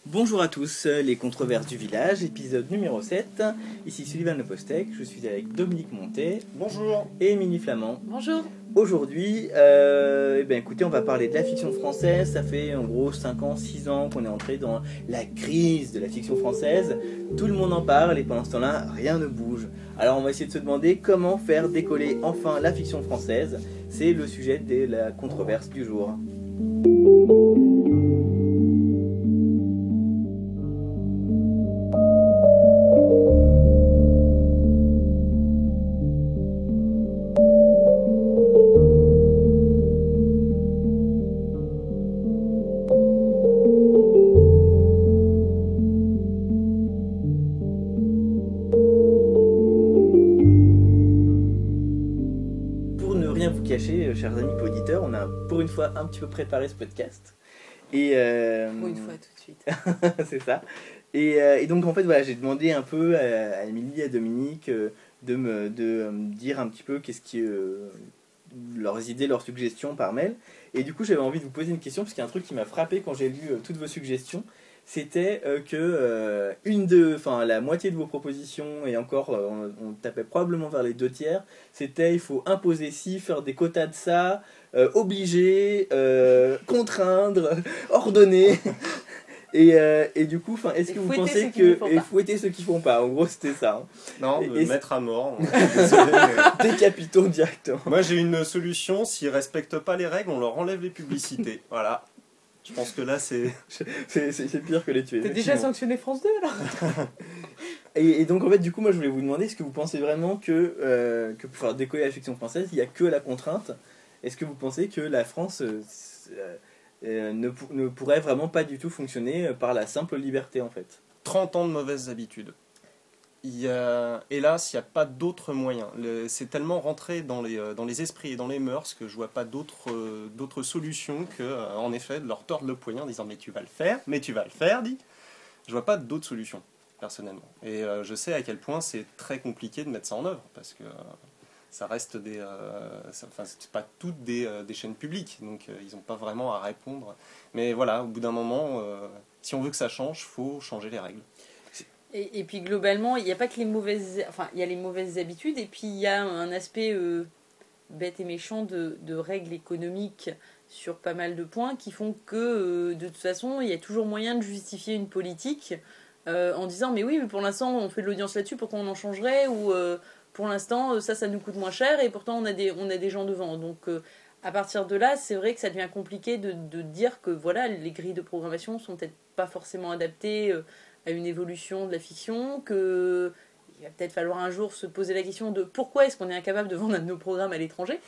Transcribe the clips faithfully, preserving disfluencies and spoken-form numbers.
Bonjour à tous, les controverses du village, épisode numéro sept. Ici Sullivan Le Postec, je suis avec Dominique Montet. Bonjour. Et Émilie Flamand. Bonjour. Aujourd'hui, euh, eh bien, écoutez, on va parler de la fiction française. Ça fait en gros cinq ans, six ans qu'on est entré dans la crise de la fiction française. Tout le monde en parle et pendant ce temps-là, rien ne bouge. Alors on va essayer de se demander comment faire décoller enfin la fiction française. C'est le sujet de la controverse du jour. Chers amis auditeurs, on a pour une fois un petit peu préparé ce podcast. Et euh... Pour une fois, tout de suite. C'est ça. Et, euh, et donc en fait, voilà, j'ai demandé un peu à Émilie et à Dominique euh, de, me, de me dire un petit peu qu'est-ce qui, euh, leurs idées, leurs suggestions par mail. Et du coup, j'avais envie de vous poser une question, parce qu'il y a un truc qui m'a frappé quand j'ai lu euh, toutes vos suggestions. C'était euh, que euh, une de, enfin la moitié de vos propositions, et encore euh, on, on tapait probablement vers les deux tiers, c'était il faut imposer ci, faire des quotas de ça, euh, obliger, euh, contraindre, ordonner. Et, euh, et du coup, enfin, est-ce et que vous pensez que et fouetter ceux qui font pas, en gros c'était ça. Hein. Non, et, de et mettre à mort. Désolé, mais... Décapitons directement. Moi j'ai une solution, s'ils respectent pas les règles, on leur enlève les publicités. Voilà. Je pense que là, c'est... c'est, c'est, c'est pire que les tuer. T'as déjà sanctionné France deux, là. et, et donc, en fait, du coup, moi, je voulais vous demander, est-ce que vous pensez vraiment que, euh, que pour faire décoller la fiction française, il n'y a que la contrainte? Est-ce que vous pensez que la France euh, euh, ne, ne pourrait vraiment pas du tout fonctionner par la simple liberté, en fait? trente ans de mauvaises habitudes. Il y a, hélas, il n'y a pas d'autres moyens. Le, c'est tellement rentré dans les, dans les esprits et dans les mœurs que je ne vois pas d'autres, euh, d'autres solutions que, euh, en effet, de leur tordre le poignet en disant « mais tu vas le faire, mais tu vas le faire, dis !» Je ne vois pas d'autres solutions, personnellement. Et euh, je sais à quel point c'est très compliqué de mettre ça en œuvre, parce que euh, ça reste des... Euh, ça, enfin, c'est pas toutes des, euh, des chaînes publiques, donc euh, ils n'ont pas vraiment à répondre. Mais voilà, au bout d'un moment, euh, si on veut que ça change, il faut changer les règles. Et, et puis globalement, il n'y a pas que les mauvaises, enfin il y a les mauvaises habitudes, et puis il y a un aspect euh, bête et méchant de, de règles économiques sur pas mal de points qui font que euh, de toute façon, il y a toujours moyen de justifier une politique euh, en disant mais oui, mais pour l'instant on fait de l'audience là-dessus, pourquoi on en changerait, ou euh, pour l'instant ça, ça nous coûte moins cher et pourtant on a des, on a des gens devant. Donc euh, à partir de là, c'est vrai que ça devient compliqué de, de dire que voilà, les grilles de programmation sont peut-être pas forcément adaptées euh, à une évolution de la fiction, qu'il va peut-être falloir un jour se poser la question de pourquoi est-ce qu'on est incapable de vendre un de nos programmes à l'étranger,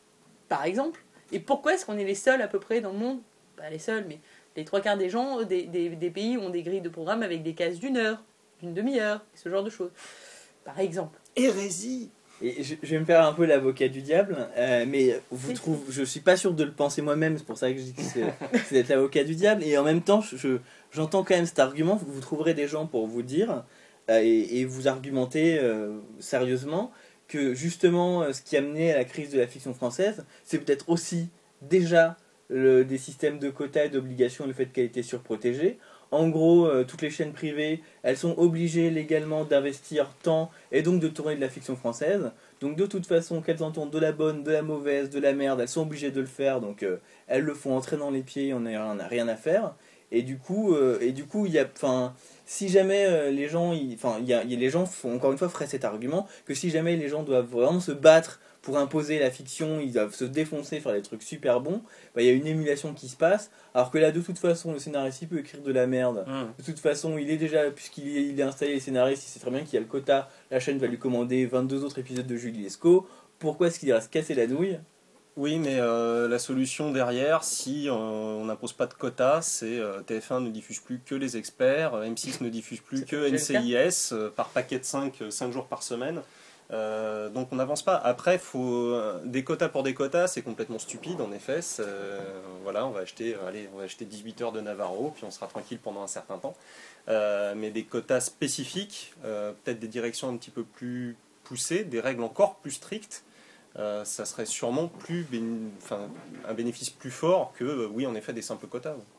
par exemple, et pourquoi est-ce qu'on est les seuls à peu près dans le monde, pas les seuls, mais les trois quarts des gens, des, des, des pays ont des grilles de programme avec des cases d'une heure, d'une demi-heure, ce genre de choses, par exemple. Hérésie. Et je, je vais me faire un peu l'avocat du diable, euh, mais vous trouvez, je suis pas sûr de le penser moi-même, c'est pour ça que je dis que c'est, c'est d'être l'avocat du diable, et en même temps, je, je, j'entends quand même cet argument, vous trouverez des gens pour vous dire, euh, et, et vous argumenter euh, sérieusement, que justement, ce qui a mené à la crise de la fiction française, c'est peut-être aussi déjà le, des systèmes de quotas et d'obligations, le fait qu'elle était surprotégée. En gros, euh, toutes les chaînes privées, elles sont obligées légalement d'investir tant et donc de tourner de la fiction française. Donc de toute façon, qu'elles en tournent de la bonne, de la mauvaise, de la merde, elles sont obligées de le faire. Donc euh, elles le font entrer dans les pieds, on n'a rien à faire. Et du coup, euh, et du coup, il y a, enfin, si jamais euh, les gens, enfin, il y a, y a les gens, font, encore une fois, feraient cet argument que si jamais les gens doivent vraiment se battre pour imposer la fiction, ils doivent se défoncer, faire des trucs super bons, bah, il y a une émulation qui se passe, alors que là, de toute façon, le scénariste, il peut écrire de la merde. Mmh. De toute façon, il est déjà, puisqu'il est, il est installé, les scénaristes, il sait très bien qu'il y a le quota, la chaîne va lui commander vingt-deux autres épisodes de Julie Lescaut. Pourquoi est-ce qu'il ira se casser la douille ? Oui, mais euh, la solution derrière, si euh, on n'impose pas de quota, c'est euh, T F un ne diffuse plus que les experts, M six ne diffuse plus que N C I S, euh, par paquet de cinq, cinq jours par semaine. Euh, donc on n'avance pas. Après, faut, des quotas pour des quotas, c'est complètement stupide en effet. Euh, voilà, on va acheter, allez, on va acheter dix-huit heures de Navarro, puis on sera tranquille pendant un certain temps. Euh, mais des quotas spécifiques, euh, peut-être des directions un petit peu plus poussées, des règles encore plus strictes, euh, ça serait sûrement plus béni- enfin, un bénéfice plus fort que, euh, oui, en effet, des simples quotas.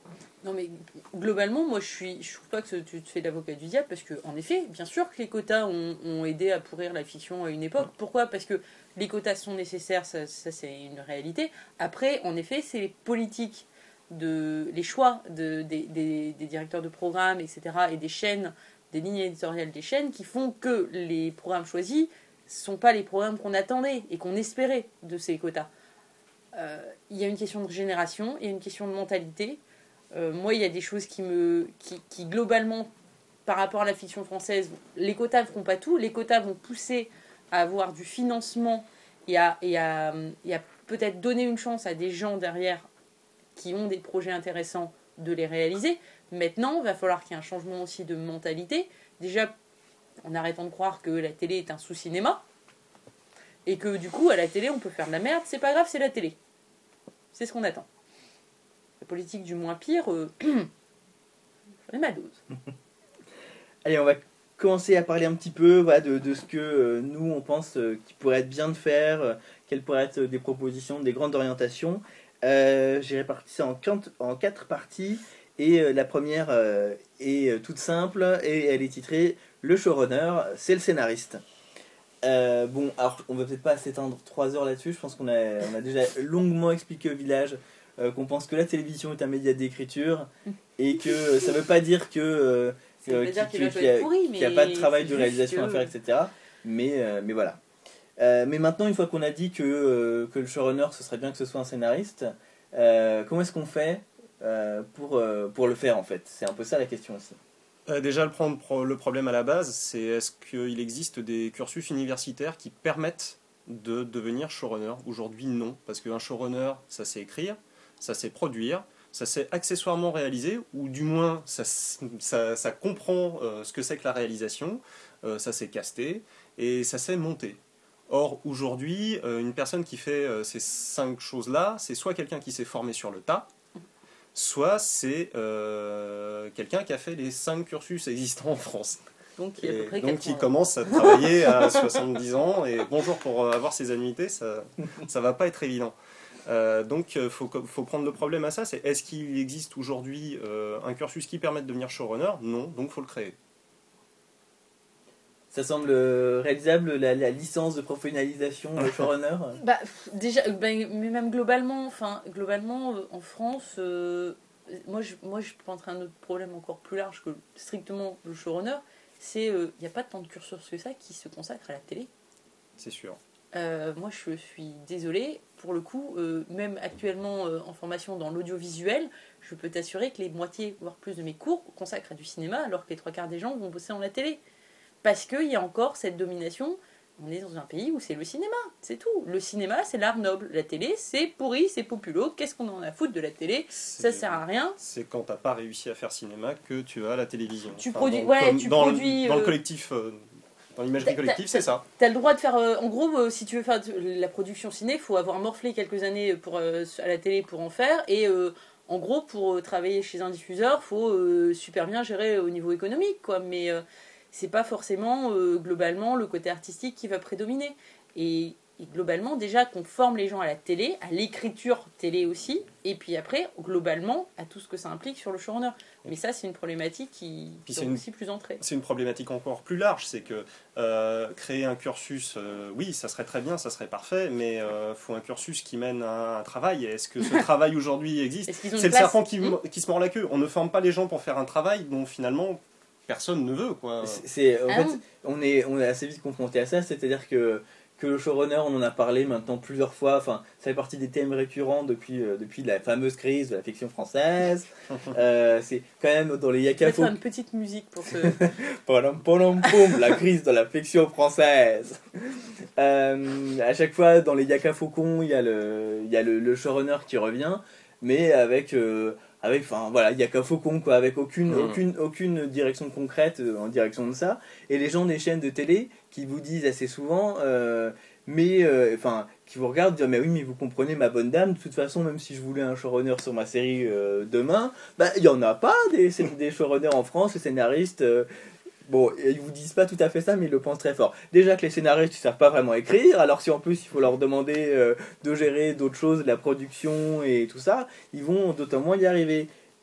Non mais globalement, moi je suis, je trouve pas que tu te fais l'avocat du diable parce que en effet, bien sûr que les quotas ont, ont aidé à pourrir la fiction à une époque. Pourquoi ? Parce que les quotas sont nécessaires, ça, ça c'est une réalité. Après, en effet, c'est les politiques, de, les choix de, des, des, des directeurs de programmes, et cetera, et des chaînes, des lignes éditoriales des chaînes qui font que les programmes choisis sont pas les programmes qu'on attendait et qu'on espérait de ces quotas. Euh, il y a une question de génération, il y a une question de mentalité. Euh, moi, il y a des choses qui me, qui, qui globalement, par rapport à la fiction française, les quotas ne feront pas tout. Les quotas vont pousser à avoir du financement et à, et à, et à peut-être donner une chance à des gens derrière qui ont des projets intéressants de les réaliser. Maintenant, il va falloir qu'il y ait un changement aussi de mentalité. Déjà, en arrêtant de croire que la télé est un sous-cinéma et que du coup, à la télé, on peut faire de la merde. C'est pas grave, c'est la télé. C'est ce qu'on attend. La politique du moins pire, euh, j'en ai ma dose. Allez, on va commencer à parler un petit peu voilà, de, de ce que euh, nous, on pense euh, qu'il pourrait être bien de faire, euh, quelles pourraient être des propositions, des grandes orientations. Euh, J'ai réparti ça en, quinte, en quatre parties, et euh, la première euh, est euh, toute simple, et elle est titrée « Le showrunner, c'est le scénariste ». Euh, bon, alors on va peut-être pas s'étendre trois heures là-dessus, je pense qu'on a, on a déjà longuement expliqué au village euh, qu'on pense que la télévision est un média d'écriture, et que euh, ça veut pas dire que... Euh, Euh, qu'il qu'il n'y a, a pas de travail de réalisation que... à faire, et cetera. Mais, euh, mais voilà. Euh, mais maintenant, une fois qu'on a dit que, euh, que le showrunner, ce serait bien que ce soit un scénariste, euh, comment est-ce qu'on fait euh, pour, euh, pour le faire, en fait ? C'est un peu ça la question aussi. Euh, déjà, le, pro- le problème à la base, c'est est-ce qu'il existe des cursus universitaires qui permettent de devenir showrunner ? Aujourd'hui, non. Parce qu'un showrunner, ça sait écrire, ça sait produire, ça s'est accessoirement réalisé, ou du moins ça, ça, ça comprend euh, ce que c'est que la réalisation, euh, ça s'est casté, et ça s'est monté. Or, aujourd'hui, euh, une personne qui fait euh, ces cinq choses-là, c'est soit quelqu'un qui s'est formé sur le tas, soit c'est euh, quelqu'un qui a fait les cinq cursus existants en France. Donc, il, y a à peu près donc qui commence à travailler à soixante-dix ans, et bonjour, pour avoir ses annuités, ça ne va pas être évident. Euh, donc il faut, faut prendre le problème à ça, c'est est-ce qu'il existe aujourd'hui euh, un cursus qui permette de devenir showrunner ? Non, donc il faut le créer. Ça semble réalisable, la, la licence de professionnalisation showrunner ? Bah, déjà, bah, mais même globalement, enfin, globalement, euh, en France, euh, moi, je, moi je peux entrer à un autre problème encore plus large que strictement le showrunner, c'est il euh, n'y a pas tant de cursus que ça qui se consacrent à la télé. C'est sûr. Euh, moi, je suis désolée. Pour le coup, euh, même actuellement euh, en formation dans l'audiovisuel, je peux t'assurer que les moitiés, voire plus de mes cours consacrent à du cinéma, alors que les trois quarts des gens vont bosser dans la télé. Parce qu'il y a encore cette domination. On est dans un pays où c'est le cinéma, c'est tout. Le cinéma, c'est l'art noble. La télé, c'est pourri, c'est populo. Qu'est-ce qu'on en a à foutre de la télé ? Ça sert à rien. C'est quand t'as pas réussi à faire cinéma que tu as la télévision. Tu enfin, produis, dans, ouais, tu dans produis. Le, dans euh, le collectif. Euh, Dans l'imagerie collective, c'est ça. T'as le droit de faire... Euh, en gros, euh, si tu veux faire de la production ciné, il faut avoir morflé quelques années pour, euh, à la télé pour en faire. Et euh, en gros, pour euh, travailler chez un diffuseur, il faut euh, super bien gérer au niveau économique, quoi. Mais euh, c'est pas forcément, euh, globalement, le côté artistique qui va prédominer. Et, et globalement, déjà, qu'on forme les gens à la télé, à l'écriture télé aussi, et puis après, globalement, à tout ce que ça implique sur le showrunner. Mais ça, c'est une problématique qui est une, aussi plus entrée. C'est une problématique encore plus large, c'est que euh, créer un cursus, euh, oui, ça serait très bien, ça serait parfait, mais il euh, faut un cursus qui mène à un travail. Est-ce que ce travail aujourd'hui existe ? C'est le place serpent qui, mmh. qui se mord la queue. On ne forme pas les gens pour faire un travail dont finalement personne ne veut, quoi. C'est, c'est, en ah fait, on est, on est assez vite confronté à ça, c'est-à-dire que que le showrunner, on en a parlé maintenant plusieurs fois, enfin, ça fait partie des thèmes récurrents depuis, euh, depuis la fameuse crise de la fiction française. euh, c'est quand même dans les Yaka Faucon. Une petite musique pour ce... Polom, polom, poum, la crise de la fiction française. euh, à chaque fois, dans les Yaka Faucon, il y a le, il y a le, le showrunner qui revient, mais avec... Euh, avec, enfin voilà, il y a qu'un faucon quoi, avec aucune, mmh. aucune, aucune direction concrète euh, en direction de ça. Et les gens des chaînes de télé qui vous disent assez souvent, euh, mais, enfin, euh, qui vous regardent, dire mais oui, mais vous comprenez ma bonne dame, de toute façon, même si je voulais un showrunner sur ma série euh, demain, bah il y en a pas des, des showrunners en France, des scénaristes. Euh, Bon, ils vous disent pas tout à fait ça, mais ils le pensent très fort. Déjà que les scénaristes, ils savent pas vraiment écrire, alors si en plus il faut leur demander euh, de gérer d'autres choses, la production et tout ça, ils vont d'autant moins y arriver.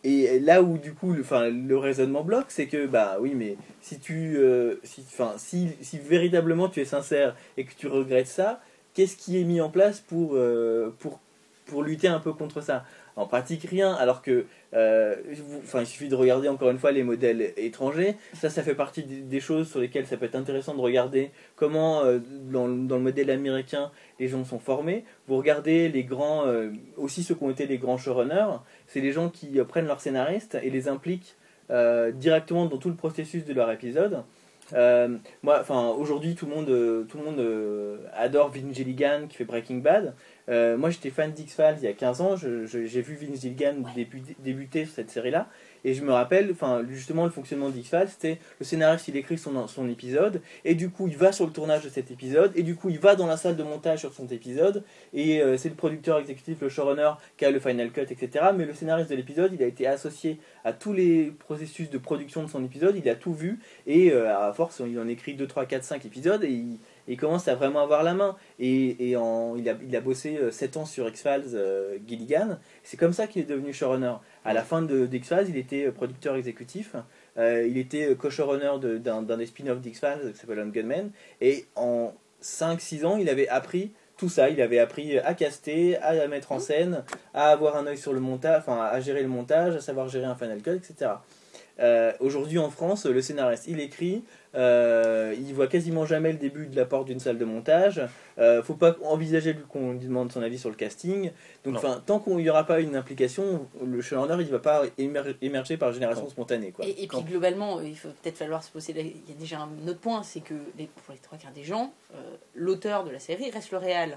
et là où du coup le, enfin, le raisonnement bloque, c'est que bah oui mais si tu euh, si, enfin, si, si véritablement tu es sincère et que tu regrettes ça, qu'est-ce qui est mis en place pour, euh, pour, pour lutter un peu contre ça? En pratique rien, alors que euh, vous, enfin, il suffit de regarder encore une fois les modèles étrangers, ça ça fait partie des, des choses sur lesquelles ça peut être intéressant de regarder comment euh, dans, dans le modèle américain les gens sont formés. Vous regardez les grands, euh, aussi ceux qui ont été les grands showrunners, c'est les gens qui euh, prennent leurs scénaristes et les impliquent euh, directement dans tout le processus de leur épisode. Euh, moi, enfin, aujourd'hui, tout le monde, euh, tout le monde euh, adore Vince Gilligan qui fait Breaking Bad. Euh, moi, j'étais fan d'X-Files il y a quinze ans. Je, je, j'ai vu Vince Gilligan débuter, débuter sur cette série-là. Et je me rappelle, enfin, justement, le fonctionnement d'X-Files, c'était le scénariste, il écrit son, son épisode, et du coup, il va sur le tournage de cet épisode, et du coup, il va dans la salle de montage sur son épisode, et euh, c'est le producteur exécutif, le showrunner, qui a le final cut, et cetera. Mais le scénariste de l'épisode, il a été associé à tous les processus de production de son épisode, il a tout vu, et euh, à force, il en écrit deux, trois, quatre, cinq épisodes, et il, et il commence à vraiment avoir la main. Et, et en, il, a, il a bossé sept ans sur X-Files, euh, Gilligan. C'est comme ça qu'il est devenu showrunner. À la fin de, d'X-Files, il était producteur exécutif. Euh, il était co-showrunner de, d'un, d'un des spin-offs d'X-Files qui s'appelle On Gunman. Et en cinq six ans, il avait appris tout ça. Il avait appris à caster, à mettre en scène, à avoir un œil sur le montage, enfin à gérer le montage, à savoir gérer un final cut, et cetera. Euh, aujourd'hui en France, le scénariste il écrit, euh, il voit quasiment jamais le début de la porte d'une salle de montage. Euh, faut pas envisager qu'on lui demande son avis sur le casting. Donc, enfin, tant qu'il n'y aura pas une implication, le showrunner il va pas émer- émerger par génération non. spontanée, quoi. Et, et puis Quand... globalement, il faut peut-être falloir se poser. La... Il y a déjà un autre point, c'est que les, pour les trois quarts des gens, euh, l'auteur de la série reste le réal.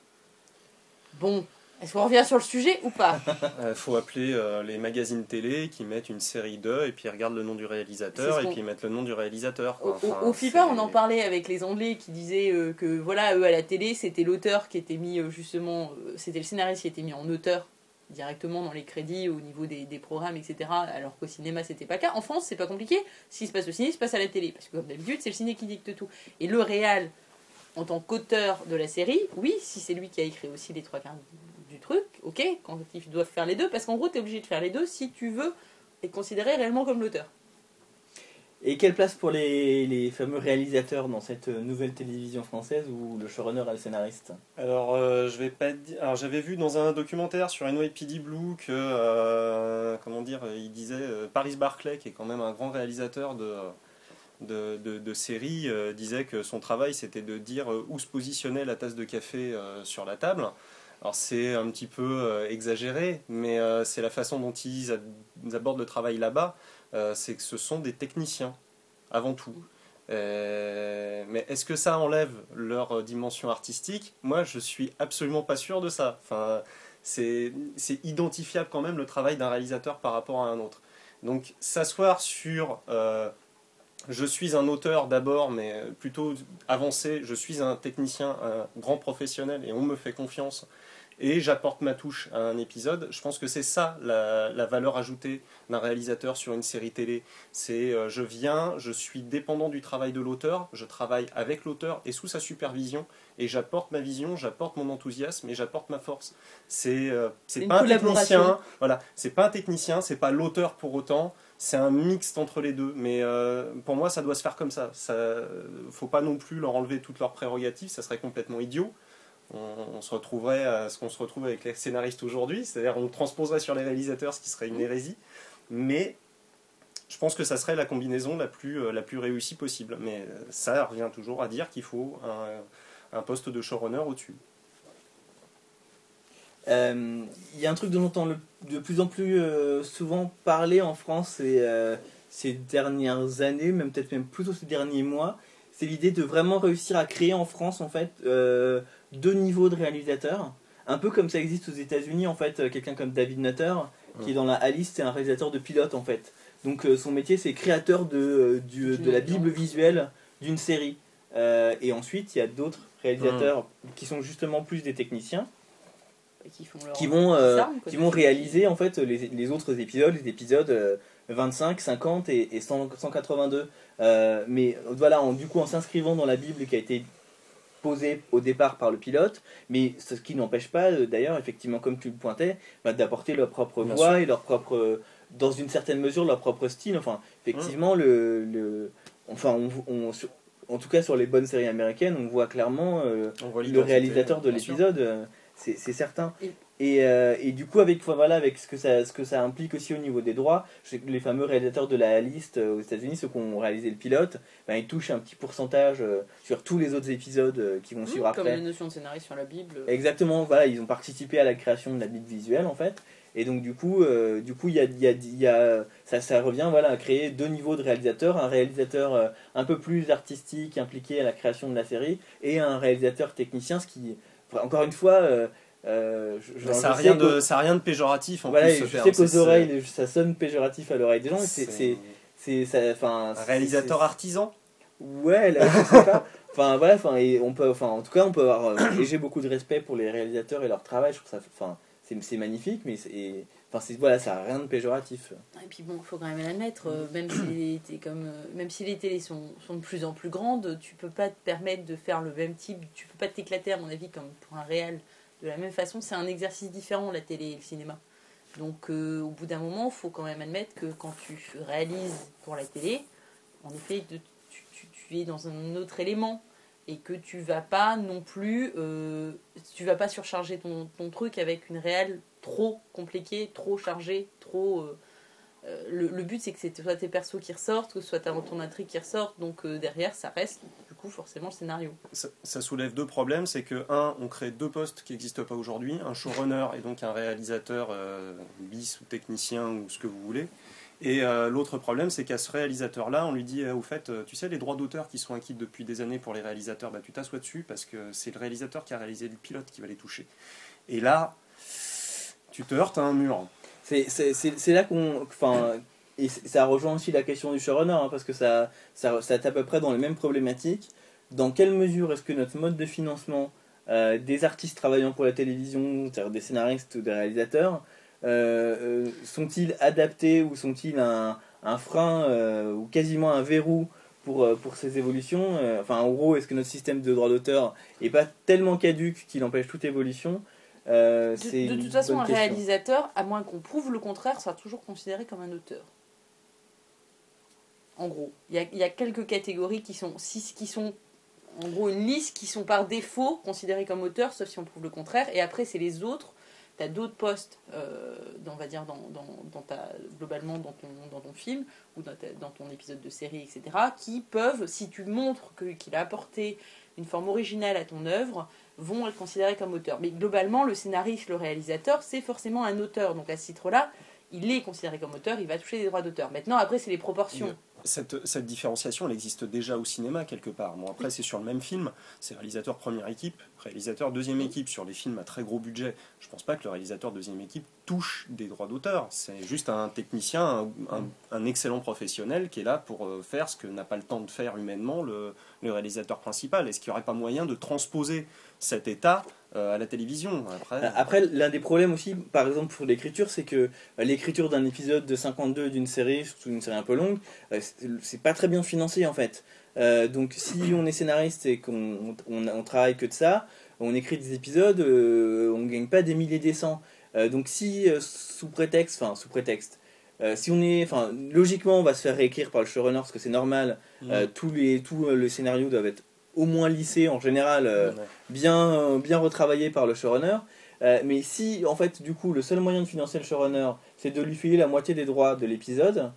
Bon. Est-ce qu'on revient sur le sujet ou pas? Il euh, faut appeler euh, les magazines télé qui mettent une série d'eux et puis ils regardent le nom du réalisateur et puis ils mettent le nom du réalisateur. Au, enfin, au, au FIFA, on en parlait avec les Anglais qui disaient euh, que voilà, eux à la télé, c'était l'auteur qui était mis euh, justement, euh, c'était le scénariste qui était mis en auteur directement dans les crédits au niveau des, des programmes, et cetera. Alors qu'au cinéma, c'était pas le cas. En France, c'est pas compliqué. Ce qui se passe au ciné, se passe à la télé. Parce que comme d'habitude, c'est le ciné qui dicte tout. Et le réal, en tant qu'auteur de la série, oui, si c'est lui qui a écrit aussi les trois quarts du truc, ok, quand ils doivent faire les deux, parce qu'en gros, tu es obligé de faire les deux si tu veux être considéré réellement comme l'auteur. Et quelle place pour les, les fameux réalisateurs dans cette nouvelle télévision française où le showrunner est le scénariste? Alors, euh, je vais pas dire. Alors, j'avais vu dans un documentaire sur N Y P D Blue que, euh, comment dire, il disait euh, Paris Barclay, qui est quand même un grand réalisateur de. De, de, de séries, euh, disait que son travail c'était de dire euh, où se positionnait la tasse de café euh, sur la table. Alors c'est un petit peu euh, exagéré, mais euh, c'est la façon dont ils, ad- ils abordent le travail là-bas, euh, c'est que ce sont des techniciens, avant tout. Euh, mais est-ce que ça enlève leur dimension artistique? Moi je suis absolument pas sûr de ça. Enfin, c'est, c'est identifiable quand même le travail d'un réalisateur par rapport à un autre. Donc s'asseoir sur... Euh, je suis un auteur d'abord, mais plutôt avancé. Je suis un technicien, un grand professionnel, et on me fait confiance. Et j'apporte ma touche à un épisode. Je pense que c'est ça la, la valeur ajoutée d'un réalisateur sur une série télé. C'est euh, je viens, je suis dépendant du travail de l'auteur, je travaille avec l'auteur et sous sa supervision, et j'apporte ma vision, j'apporte mon enthousiasme et j'apporte ma force. C'est euh, c'est pas un technicien, voilà, c'est pas un technicien, c'est pas l'auteur pour autant. C'est un mixte entre les deux, mais euh, pour moi ça doit se faire comme ça. Ça, faut pas non plus leur enlever toutes leurs prérogatives, ça serait complètement idiot. On, on se retrouverait à ce qu'on se retrouve avec les scénaristes aujourd'hui, c'est-à-dire on transposerait sur les réalisateurs, ce qui serait une hérésie. Mais je pense que ça serait la combinaison la plus, la plus réussie possible. Mais ça revient toujours à dire qu'il faut un, un poste de showrunner au-dessus. Il euh, y a un truc dont on entend le, de plus en plus euh, souvent parler en France ces, euh, ces dernières années, même peut-être même plutôt ces derniers mois, c'est l'idée de vraiment réussir à créer en France en fait euh, deux niveaux de réalisateurs, un peu comme ça existe aux États-Unis en fait, quelqu'un comme David Nutter qui est dans la Alice, c'est un réalisateur de pilote en fait. Donc euh, son métier c'est créateur de, du, de la bible visuelle d'une série. Euh, et ensuite il y a d'autres réalisateurs mmh. qui sont justement plus des techniciens. Qui, font leur qui, vont, euh, qui vont réaliser en fait les, les autres épisodes, les épisodes euh, vingt-cinq, cinquante et, et cent, cent quatre-vingt-deux. Euh, mais voilà, en, du coup en s'inscrivant dans la Bible qui a été posée au départ par le pilote, mais ce qui n'empêche pas euh, d'ailleurs, effectivement comme tu le pointais, bah, d'apporter leur propre Bien voix sûr. et leur propre dans une certaine mesure leur propre style. Enfin, effectivement, mmh. le, le, enfin, on, on, sur, en tout cas sur les bonnes séries américaines, on voit clairement euh, on voit le réalisateur de l'épisode, euh, c'est, c'est certain. Et, et, euh, et du coup, avec, voilà, avec ce, que ça, ce que ça implique aussi au niveau des droits, je sais que les fameux réalisateurs de la liste euh, aux États-Unis, ceux qui ont réalisé le pilote, ben, ils touchent un petit pourcentage euh, sur tous les autres épisodes euh, qui vont mmh, suivre après. Comme la notion de scénariste sur la Bible. Exactement, voilà, ils ont participé à la création de la Bible visuelle en fait. Et donc du coup, euh, du coup, il y a, y a, y a, ça, ça revient voilà, à créer deux niveaux de réalisateurs, un réalisateur euh, un peu plus artistique, impliqué à la création de la série, et un réalisateur technicien, ce qui, encore une fois, euh, euh, je, ça n'a rien, rien de péjoratif en voilà, plus. Je faire, sais qu'aux oreilles, ça sonne péjoratif à l'oreille des gens. C'est, c'est, c'est, ça, un réalisateur c'est, artisan. Ouais, là, je sais pas. Enfin voilà, enfin et on peut, enfin en tout cas, on peut avoir. Euh, et j'ai beaucoup de respect pour les réalisateurs et leur travail. Je trouve ça, enfin. C'est, c'est magnifique, mais c'est, enfin c'est, voilà, ça n'a rien de péjoratif. Et puis bon, il faut quand même l'admettre, euh, même, si les, t'es comme, euh, même si les télés sont, sont de plus en plus grandes, tu peux pas te permettre de faire le même type, tu peux pas t'éclater à mon avis comme pour un réel. De la même façon, c'est un exercice différent la télé et le cinéma. Donc euh, au bout d'un moment, il faut quand même admettre que quand tu réalises pour la télé, en effet, de, tu, tu, tu es dans un autre élément. Et que tu vas pas non plus euh, tu vas pas surcharger ton, ton truc avec une réelle trop compliquée, trop chargée, trop euh, euh, le, le but c'est que c'est soit tes persos qui ressortent, que ce soit ta, ton intrigue qui ressorte, donc euh, derrière ça reste du coup forcément le scénario. Ça, ça soulève deux problèmes, c'est que un, on crée deux postes qui n'existent pas aujourd'hui, un showrunner et donc un réalisateur euh, bis ou technicien ou ce que vous voulez. Et euh, l'autre problème, c'est qu'à ce réalisateur-là, on lui dit, euh, au fait, euh, tu sais, les droits d'auteur qui sont acquis depuis des années pour les réalisateurs, bah, tu t'assois dessus parce que c'est le réalisateur qui a réalisé le pilote qui va les toucher. Et là, tu te heurtes à un mur. C'est, c'est, c'est, c'est là qu'on... Enfin, et ça rejoint aussi la question du showrunner, hein, parce que ça, ça, ça est à peu près dans les mêmes problématiques. Dans quelle mesure est-ce que notre mode de financement euh, des artistes travaillant pour la télévision, c'est-à-dire des scénaristes ou des réalisateurs, Euh, euh, sont-ils adaptés ou sont-ils un, un frein euh, ou quasiment un verrou pour, euh, pour ces évolutions euh, enfin en gros, est-ce que notre système de droit d'auteur n'est pas tellement caduque qu'il empêche toute évolution euh, c'est de, de toute façon un question. Réalisateur, à moins qu'on prouve le contraire, sera toujours considéré comme un auteur. En gros, il y a, y a quelques catégories qui sont, six, qui sont en gros une liste qui sont par défaut considérées comme auteurs, sauf si on prouve le contraire, et après c'est les autres. Tu as d'autres postes, euh, dans, on va dire, dans, dans, dans ta, globalement dans ton, dans ton film ou dans, ta, dans ton épisode de série, et cetera, qui peuvent, si tu montres que, qu'il a apporté une forme originale à ton œuvre, vont être considérés comme auteurs. Mais globalement, le scénariste, le réalisateur, c'est forcément un auteur. Donc à ce titre-là, il est considéré comme auteur, il va toucher des droits d'auteur. Maintenant, après, c'est les proportions. Cette, cette différenciation, elle existe déjà au cinéma quelque part. Bon, après, c'est sur le même film, c'est réalisateur première équipe, réalisateur deuxième équipe. Sur les films à très gros budget, je pense pas que le réalisateur deuxième équipe touche des droits d'auteur. C'est juste un technicien, un, un, un excellent professionnel qui est là pour faire ce que n'a pas le temps de faire humainement le, le réalisateur principal. Est-ce qu'il n'y aurait pas moyen de transposer cet état euh, à la télévision après, après, l'un des problèmes aussi, par exemple pour l'écriture, c'est que euh, l'écriture d'un épisode de cinquante-deux d'une série, surtout une série un peu longue, euh, c'est, c'est pas très bien financé en fait. Euh, donc si on est scénariste et qu'on on, on travaille que de ça, on écrit des épisodes, euh, on gagne pas des milliers des cents. Euh, donc si euh, sous prétexte, enfin sous prétexte, euh, si on est, enfin logiquement on va se faire réécrire par le showrunner parce que c'est normal, mmh. euh, tous les tous euh, les scénarios doivent être au moins lissé en général, euh, ouais. bien, euh, bien retravaillé par le showrunner. Euh, mais si, en fait, du coup, le seul moyen de financer le showrunner, c'est de lui filer la moitié des droits de l'épisode,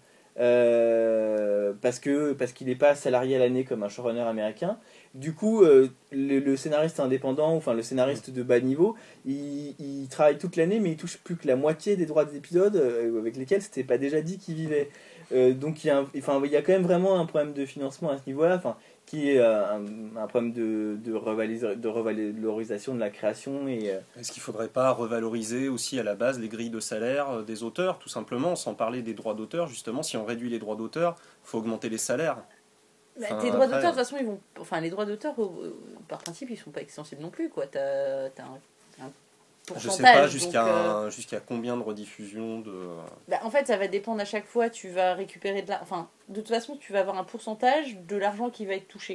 euh, parce, que, parce qu'il n'est pas salarié à l'année comme un showrunner américain, du coup, euh, le, le scénariste indépendant, enfin le scénariste de bas niveau, il, il travaille toute l'année, mais il touche plus que la moitié des droits des épisodes euh, avec lesquels c'était pas déjà dit qu'il vivait. Euh, donc il y, a un, enfin, il y a quand même vraiment un problème de financement à ce niveau-là. Enfin, qui est euh, un, un problème de, de, revalisa- de revalorisation de la création. Et, euh... Est-ce qu'il ne faudrait pas revaloriser aussi à la base les grilles de salaire des auteurs, tout simplement, sans parler des droits d'auteur, justement, si on réduit les droits d'auteur, il faut augmenter les salaires. Bah, enfin, tes droits après... d'auteur, de toute façon, ils vont... enfin, les droits d'auteur, euh, par principe, ils ne sont pas extensibles non plus. Quoi. T'as, t'as un, un Je sais pas jusqu'à, donc, euh... jusqu'à combien de rediffusions de... Bah, en fait, ça va dépendre à chaque fois. Tu vas récupérer de la... Enfin, de toute façon, tu vas avoir un pourcentage de l'argent qui va être touché.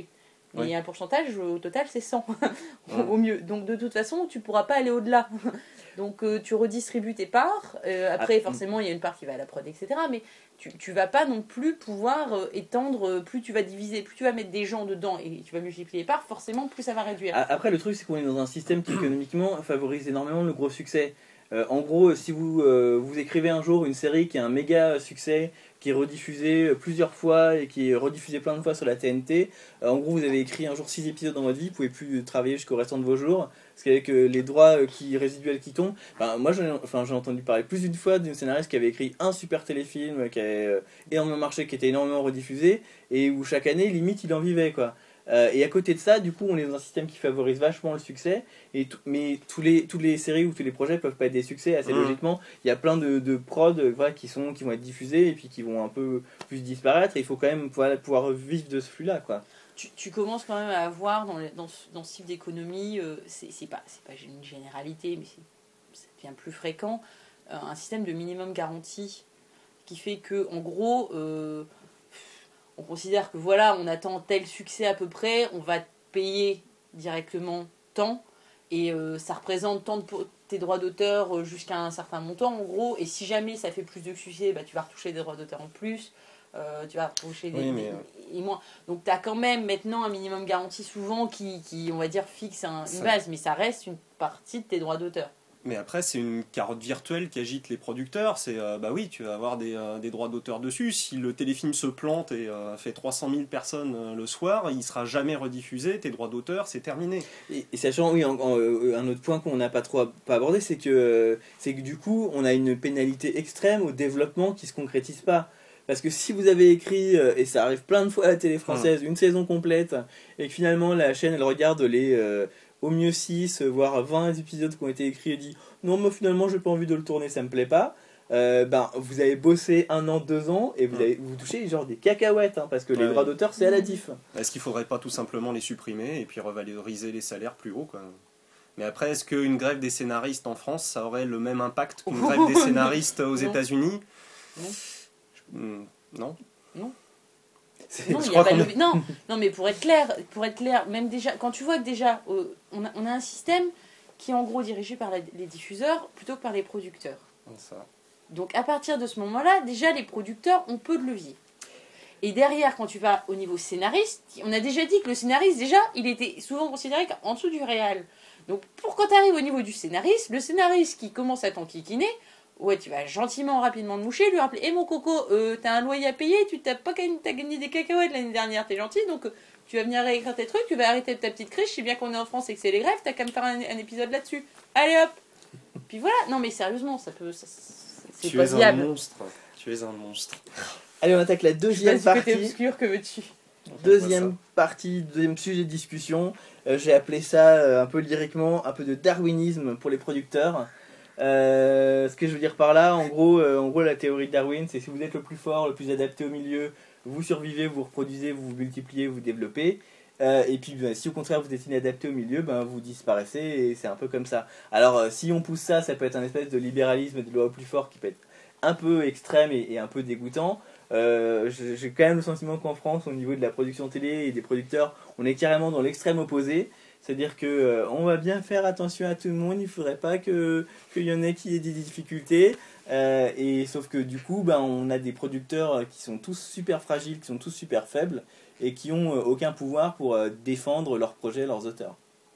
Mais Oui. un pourcentage, au total, c'est cent, Ouais. au mieux. Donc de toute façon, tu pourras pas aller au-delà. Donc euh, tu redistribues tes parts. Euh, après, Ah, forcément, il y a une part qui va à la prod, et cetera. Mais tu, tu vas pas non plus pouvoir euh, étendre, euh, plus tu vas diviser, plus tu vas mettre des gens dedans et tu vas multiplier les parts, forcément, plus ça va réduire. A- Après, le truc, c'est qu'on est dans un système qui, économiquement, favorise énormément le gros succès. Euh, en gros, si vous, euh, vous écrivez un jour une série qui a un méga succès, qui est rediffusée euh, plusieurs fois et qui est rediffusée plein de fois sur la T N T, euh, en gros, vous avez écrit un jour six épisodes dans votre vie, vous pouvez plus travailler jusqu'au restant de vos jours, parce qu'avec euh, les droits euh, qui, résiduels qui tombent, enfin, moi j'en ai, enfin, j'ai entendu parler plus d'une fois d'une scénariste qui avait écrit un super téléfilm, euh, qui avait euh, énormément marché, qui était énormément rediffusé, et où chaque année, limite, il en vivait, quoi. Euh, et à côté de ça, du coup, on est dans un système qui favorise vachement le succès. Et tout- mais tous les, toutes les séries ou tous les projets peuvent pas être des succès assez Mmh. logiquement. Il y a plein de, de prods euh, voilà, qui, sont, qui vont être diffusés et puis qui vont un peu plus disparaître. Et il faut quand même pouvoir, pouvoir vivre de ce flux-là, quoi. Tu, tu commences quand même à avoir dans, les- dans, ce, dans ce type d'économie, euh, c'est c'est pas, c'est pas une généralité, mais c'est- ça devient plus fréquent, euh, un système de minimum garantie qui fait que, en gros, euh, on considère que voilà, on attend tel succès à peu près, on va te payer directement tant, et euh, ça représente tant de po- tes droits d'auteur euh, jusqu'à un certain montant, en gros, et si jamais ça fait plus de succès, bah, tu vas retoucher des droits d'auteur en plus, euh, tu vas retoucher des, Oui, mais, des- euh, et moins. Donc tu as quand même maintenant un minimum garanti souvent qui, qui on va dire, fixe un- une Ça- base, mais ça reste une partie de tes droits d'auteur. Mais après, c'est une carotte virtuelle qui agite les producteurs. C'est, euh, bah oui, tu vas avoir des, euh, des droits d'auteur dessus. Si le téléfilm se plante et euh, fait trois cent mille personnes euh, le soir, il sera jamais rediffusé. Tes droits d'auteur, c'est terminé. Et, et sachant, oui, en- en- euh, un autre point qu'on n'a pas trop pas abordé, c'est que, euh, c'est que du coup, on a une pénalité extrême au développement qui se concrétise pas. Parce que si vous avez écrit, euh, et ça arrive plein de fois à la télé française, une saison complète, et que finalement la chaîne elle regarde les euh, au mieux six, voire vingt épisodes qui ont été écrits et dit non, moi finalement j'ai pas envie de le tourner, ça me plaît pas. Euh, ben, vous avez bossé un an, deux ans, et vous, Mm. avez, vous touchez genre des cacahuètes, hein, parce que les Ouais. droits d'auteur c'est à la diff. Est-ce qu'il faudrait pas tout simplement les supprimer et puis revaloriser les salaires plus haut, quoi? Mais après, est-ce qu'une grève des scénaristes en France, ça aurait le même impact qu'une grève des scénaristes aux Non. États-Unis? Non. Je- hmm, Non. C'est- Non, je il y crois a pas qu'on de- non, non, mais pour être clair, pour être clair, même déjà, quand tu vois que déjà, euh, on, a, on a un système qui est en gros dirigé par la- les diffuseurs plutôt que par les producteurs. Ça. Donc à partir de ce moment-là, déjà les producteurs ont peu de levier. Et derrière, quand tu vas au niveau scénariste, on a déjà dit que le scénariste, déjà, il était souvent considéré en dessous du réal. Donc pour quand tu arrives au niveau du scénariste, le scénariste qui commence à t'enquiquiner, ouais, tu vas gentiment, rapidement te moucher, lui rappeler, hé mon coco, euh, t'as un loyer à payer, tu t'as pas gagné, t'as gagné des cacahuètes l'année dernière, t'es gentil, donc euh, tu vas venir réécrire tes trucs, tu vas arrêter ta petite crise, je sais bien qu'on est en France et que c'est les grèves, t'as qu'à me faire un, un épisode là-dessus. Allez hop. Puis voilà, non mais sérieusement, ça peut... ça- c'est Tu pas es un viable. monstre. Tu es un monstre. Allez, on attaque la deuxième Vas-y, côté partie. obscur, que veux-tu? Deuxième partie, deuxième sujet de discussion. Euh, J'ai appelé ça euh, un peu lyriquement, un peu de darwinisme pour les producteurs. Euh, ce que je veux dire par là, en gros, euh, en gros, la théorie de Darwin, c'est si vous êtes le plus fort, le plus adapté au milieu, vous survivez, vous reproduisez, vous vous multipliez, vous développez. Euh, et puis, ben, si au contraire vous êtes inadapté au milieu, ben, vous disparaissez et c'est un peu comme ça. Alors, euh, si on pousse ça, ça peut être un espèce de libéralisme de loi au plus fort qui peut être un peu extrême et, et un peu dégoûtant. Euh, j'ai j'ai quand même le sentiment qu'en France, au niveau de la production télé et des producteurs, on est carrément dans l'extrême opposé. C'est-à-dire que euh, on va bien faire attention à tout le monde, il ne faudrait pas que qu'il y en ait qui aient des difficultés. Euh, et sauf que du coup, ben, on a des producteurs qui sont tous super fragiles, qui sont tous super faibles et qui ont euh, aucun pouvoir pour euh, défendre leurs projets, leurs auteurs.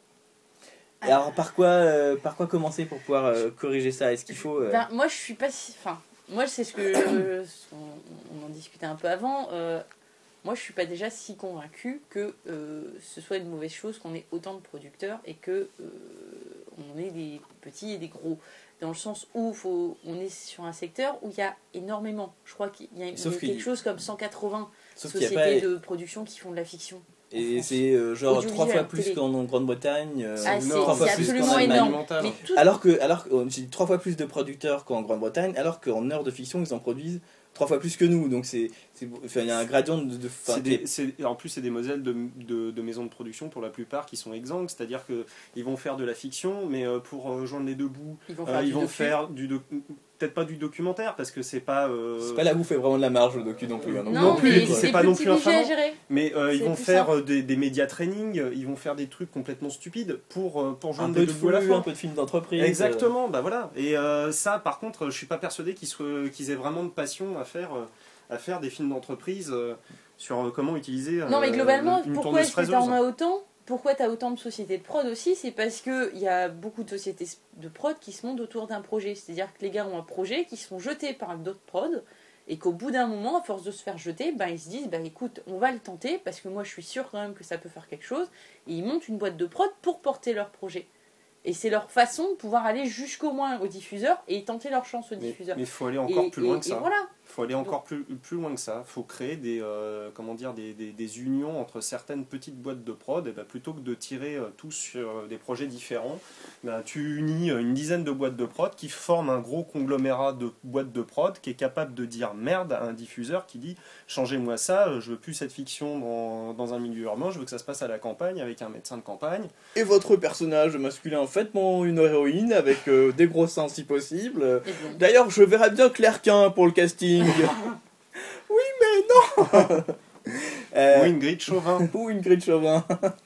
Et alors par quoi, euh, par quoi commencer pour pouvoir euh, corriger ça? Est-ce qu'il faut euh, Ben, moi, je suis pas si... Enfin, moi, c'est ce que... je- on, on en discutait un peu avant. euh, moi, je suis pas déjà si convaincue que euh, ce soit une mauvaise chose qu'on ait autant de producteurs et que euh, on ait des petits et des gros. Dans le sens où faut, on est sur un secteur où il y a énormément. Je crois qu'il y a, il y a Sauf qu'il- quelque chose comme cent quatre-vingts Sauf qu'il y a sociétés pas... de production qui font de la fiction. Et France. c'est euh, genre Audiovisuel, trois fois plus télé. qu'en en Grande-Bretagne. euh, Ah, c'est- trois fois c'est plus absolument qu'en Allemagne. énorme. Mais tout, Alors que, alors que oh, j'ai dit trois fois plus de producteurs qu'en Grande-Bretagne, alors qu'en heures de fiction, ils en produisent trois fois plus que nous. Donc c'est, c'est, enfin, il y a un gradient de. de enfin, C'est des- c'est- en plus, c'est des modèles de, de, de maisons de production pour la plupart qui sont exsangues, c'est-à-dire qu'ils vont faire de la fiction, mais euh, pour euh, joindre les deux bouts, ils vont euh, faire du ils vont docu. faire du doc- peut-être pas du documentaire parce que c'est pas. euh, c'est pas là où fait vraiment de la marge le docu non plus. hein. Donc, Non, non plus, mais c'est c'est pas plus non petit plus budget à infamant. gérer. Mais euh, ils C'est vont plus faire simple. euh, des, des média training, euh, ils vont faire des trucs complètement stupides pour, euh, pour Un joindre peu des de deux bouts à la flux, fin. un peu de film d'entreprise. Exactement, bah voilà. Et euh, ça, par contre, je suis pas persuadé qu'ils soient, qu'ils aient vraiment de passion à faire, euh, à faire des films d'entreprise euh, sur euh, comment utiliser. Non, mais euh, globalement, une pourquoi tourneuse est-ce que fraiseuse. t'en as autant Pourquoi t'as autant de sociétés de prod aussi? C'est parce qu'il y a beaucoup de sociétés de prod qui se montent autour d'un projet. C'est-à-dire que les gars ont un projet qui se font jeter par d'autres prods et qu'au bout d'un moment, à force de se faire jeter, ben, ils se disent ben, écoute, on va le tenter parce que moi je suis sûr quand même que ça peut faire quelque chose. Et ils montent une boîte de prod pour porter leur projet. Et c'est leur façon de pouvoir aller jusqu'au moins au diffuseur et tenter leur chance au Mais diffuseur. il faut aller encore et, plus loin et- que ça. et voilà. Il faut aller encore plus, plus loin que ça. Il faut créer des, euh, comment dire, des, des, des unions entre certaines petites boîtes de prod. Et ben, plutôt que de tirer euh, tous sur euh, des projets différents, ben, tu unis euh, une dizaine de boîtes de prod qui forment un gros conglomérat de boîtes de prod qui est capable de dire merde à un diffuseur qui dit changez-moi ça, euh, je veux plus cette fiction dans, dans un milieu urbain, je veux que ça se passe à la campagne avec un médecin de campagne. Et votre personnage masculin, faites-moi une héroïne avec euh, des gros seins si possible. Et bon. D'ailleurs, je verrais bien Claire Quin pour le casting. Oui, mais non. Euh, Ou une grille de Chauvin. ou une grille de Chauvin.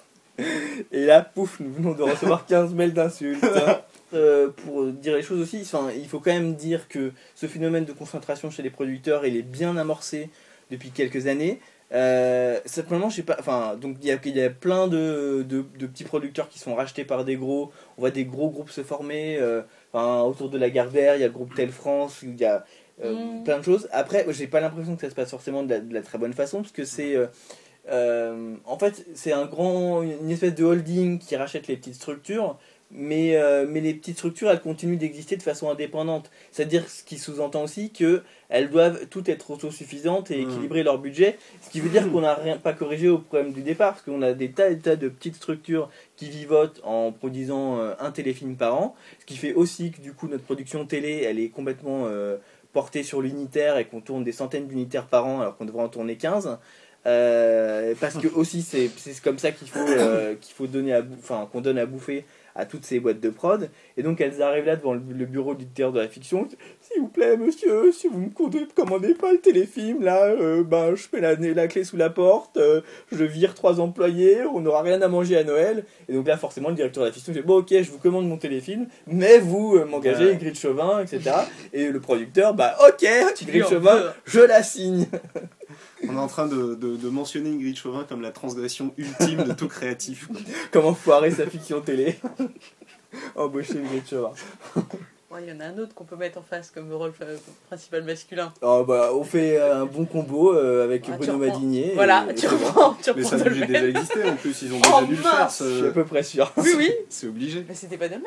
Et là, pouf, nous venons de recevoir quinze mails d'insultes. Euh, pour dire les choses aussi, enfin, il faut quand même dire que ce phénomène de concentration chez les producteurs, il est bien amorcé depuis quelques années. Euh, simplement, je sais pas, enfin, donc il y a, il y a plein de, de, de petits producteurs qui sont rachetés par des gros. On voit des gros groupes se former. Euh, enfin, autour de la Gardère, il y a le groupe Tel France, il y a euh, Mm. plein de choses. Après, j'ai pas l'impression que ça se passe forcément de la, de la très bonne façon, parce que c'est euh, euh, en fait, c'est un grand, une espèce de holding qui rachète les petites structures, mais, euh, mais les petites structures, elles continuent d'exister de façon indépendante. C'est-à-dire, ce qui sous-entend aussi qu'elles doivent toutes être autosuffisantes et Mmh. équilibrer leur budget, ce qui veut dire qu'on n'a rien pas corrigé au problème du départ, parce qu'on a des tas et tas de petites structures qui vivotent en produisant euh, un téléfilm par an, ce qui fait aussi que du coup notre production télé, elle est complètement euh, portée sur l'unitaire et qu'on tourne des centaines d'unitaires par an alors qu'on devrait en tourner quinze. Euh, parce que aussi c'est c'est comme ça qu'il faut euh, qu'il faut donner à bou- enfin qu'on donne à bouffer à toutes ces boîtes de prod, et donc elles arrivent là devant le, le bureau du théâtre de la fiction. S'il vous plaît monsieur, si vous me commandez commandez pas le téléfilm là, euh, ben je mets la, la clé sous la porte, euh, je vire trois employés, on n'aura rien à manger à Noël. Et donc là forcément le directeur de la fiction dit bon ok, je vous commande mon téléfilm, mais vous euh, m'engagez Ouais. Ingrid Chauvin, et cetera. Et le producteur bah ok, Ingrid lui en Chauvin, veux. je la signe. On est en train de, de, de mentionner Ingrid Chauvin comme la transgression ultime de tout créatif, quoi. Comment foirer sa fiction télé. Embaucher Ingrid Chauvin. Ouais, il y en a un autre qu'on peut mettre en face comme rôle euh, principal masculin. Oh, bah, on fait euh, un bon combo euh, avec Ah, tu Bruno reprends. Madinier. Voilà, et- tu et c'est bon. reprends, tu Mais reprends ça a déjà Dolmen. existé en plus, ils ont Oh, déjà dû le faire, mince. Je suis à ce- peu près sûr. Oui, oui, c'est obligé. mais c'était pas Dolmen.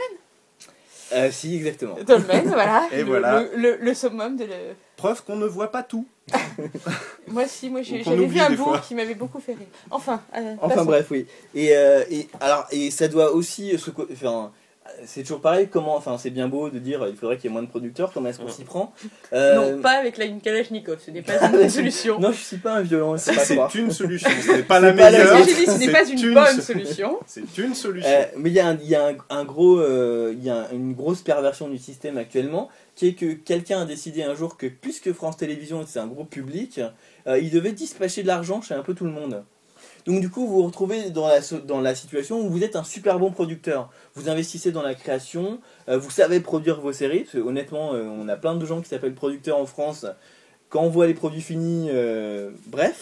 Euh, si, exactement. Dolmen, voilà. Et le, voilà. Le, le, le summum de le... Preuve qu'on ne voit pas tout. Moi, si, moi j'ai- Ou qu'on j'avais oublie vu un des bout fois. qui m'avait beaucoup fait rire. Enfin, euh, Enfin passons. bref, oui. Et, euh, et, alors, et ça doit aussi se... co- Enfin, c'est toujours pareil, comment... Enfin, c'est bien beau de dire il faudrait qu'il y ait moins de producteurs, comment est-ce qu'on s'y prend Euh, Non, pas avec la une Kalachnikov, ce n'est pas une bonne solution. Non, je suis pas un violent, c'est Si, pas c'est croire. une solution, ce n'est pas C'est la pas la meilleure. Ce que j'ai dit, ce n'est c'est pas une bonne so- solution. C'est une solution. Euh, mais il y a, un, il y a un, un gros, euh, il y a une grosse perversion du système actuellement, qui est que quelqu'un a décidé un jour que puisque France Télévisions c'est un gros public, euh, il devait dispatcher de l'argent chez un peu tout le monde. Donc du coup vous vous retrouvez dans la, so- dans la situation où vous êtes un super bon producteur. Vous investissez dans la création, euh, vous savez produire vos séries, parce que honnêtement euh, on a plein de gens qui s'appellent producteurs en France. Quand on voit les produits finis, euh, bref.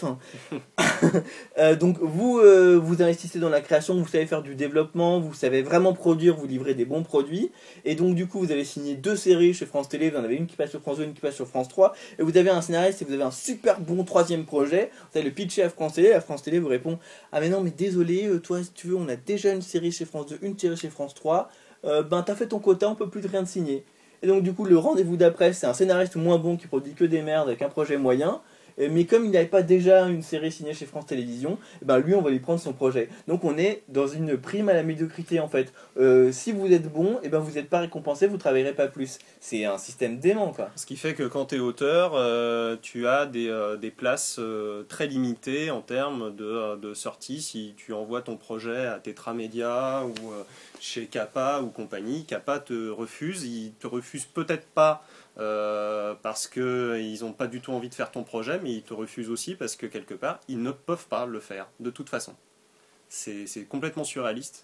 Euh, donc vous, euh, vous investissez dans la création, vous savez faire du développement, vous savez vraiment produire, vous livrez des bons produits. Et donc du coup vous avez signé deux séries chez France Télé, vous en avez une qui passe sur France deux, une qui passe sur France trois. Et vous avez un scénariste et vous avez un super bon troisième projet. Vous allez le pitcher à France Télé, la France Télé vous répond « Ah mais non mais désolé, euh, toi si tu veux on a déjà une série chez France deux, une série chez France trois. Euh, ben t'as fait ton quota, on peut plus rien te signer. » Et donc du coup le rendez-vous d'après c'est un scénariste moins bon qui produit que des merdes avec un projet moyen. Et- mais comme il n'avait pas déjà une série signée chez France Télévisions, eh ben lui on va lui prendre son projet. Donc on est dans une prime à la médiocrité en fait. Euh, si vous êtes bon, et ben vous n'êtes pas récompensé, vous travaillerez pas plus. C'est un système dément quoi. Ce qui fait que quand tu es auteur, euh, tu as des, euh, des places euh, très limitées en termes de, euh, de sortie. Si tu envoies ton projet à Tetra Media ou euh, chez Kappa ou compagnie, Kappa te refuse. Il te refuse peut-être pas euh, parce qu'ils n'ont pas du tout envie de faire ton projet, mais ils te refusent aussi parce que quelque part, ils ne peuvent pas le faire, de toute façon. C'est, c'est complètement surréaliste.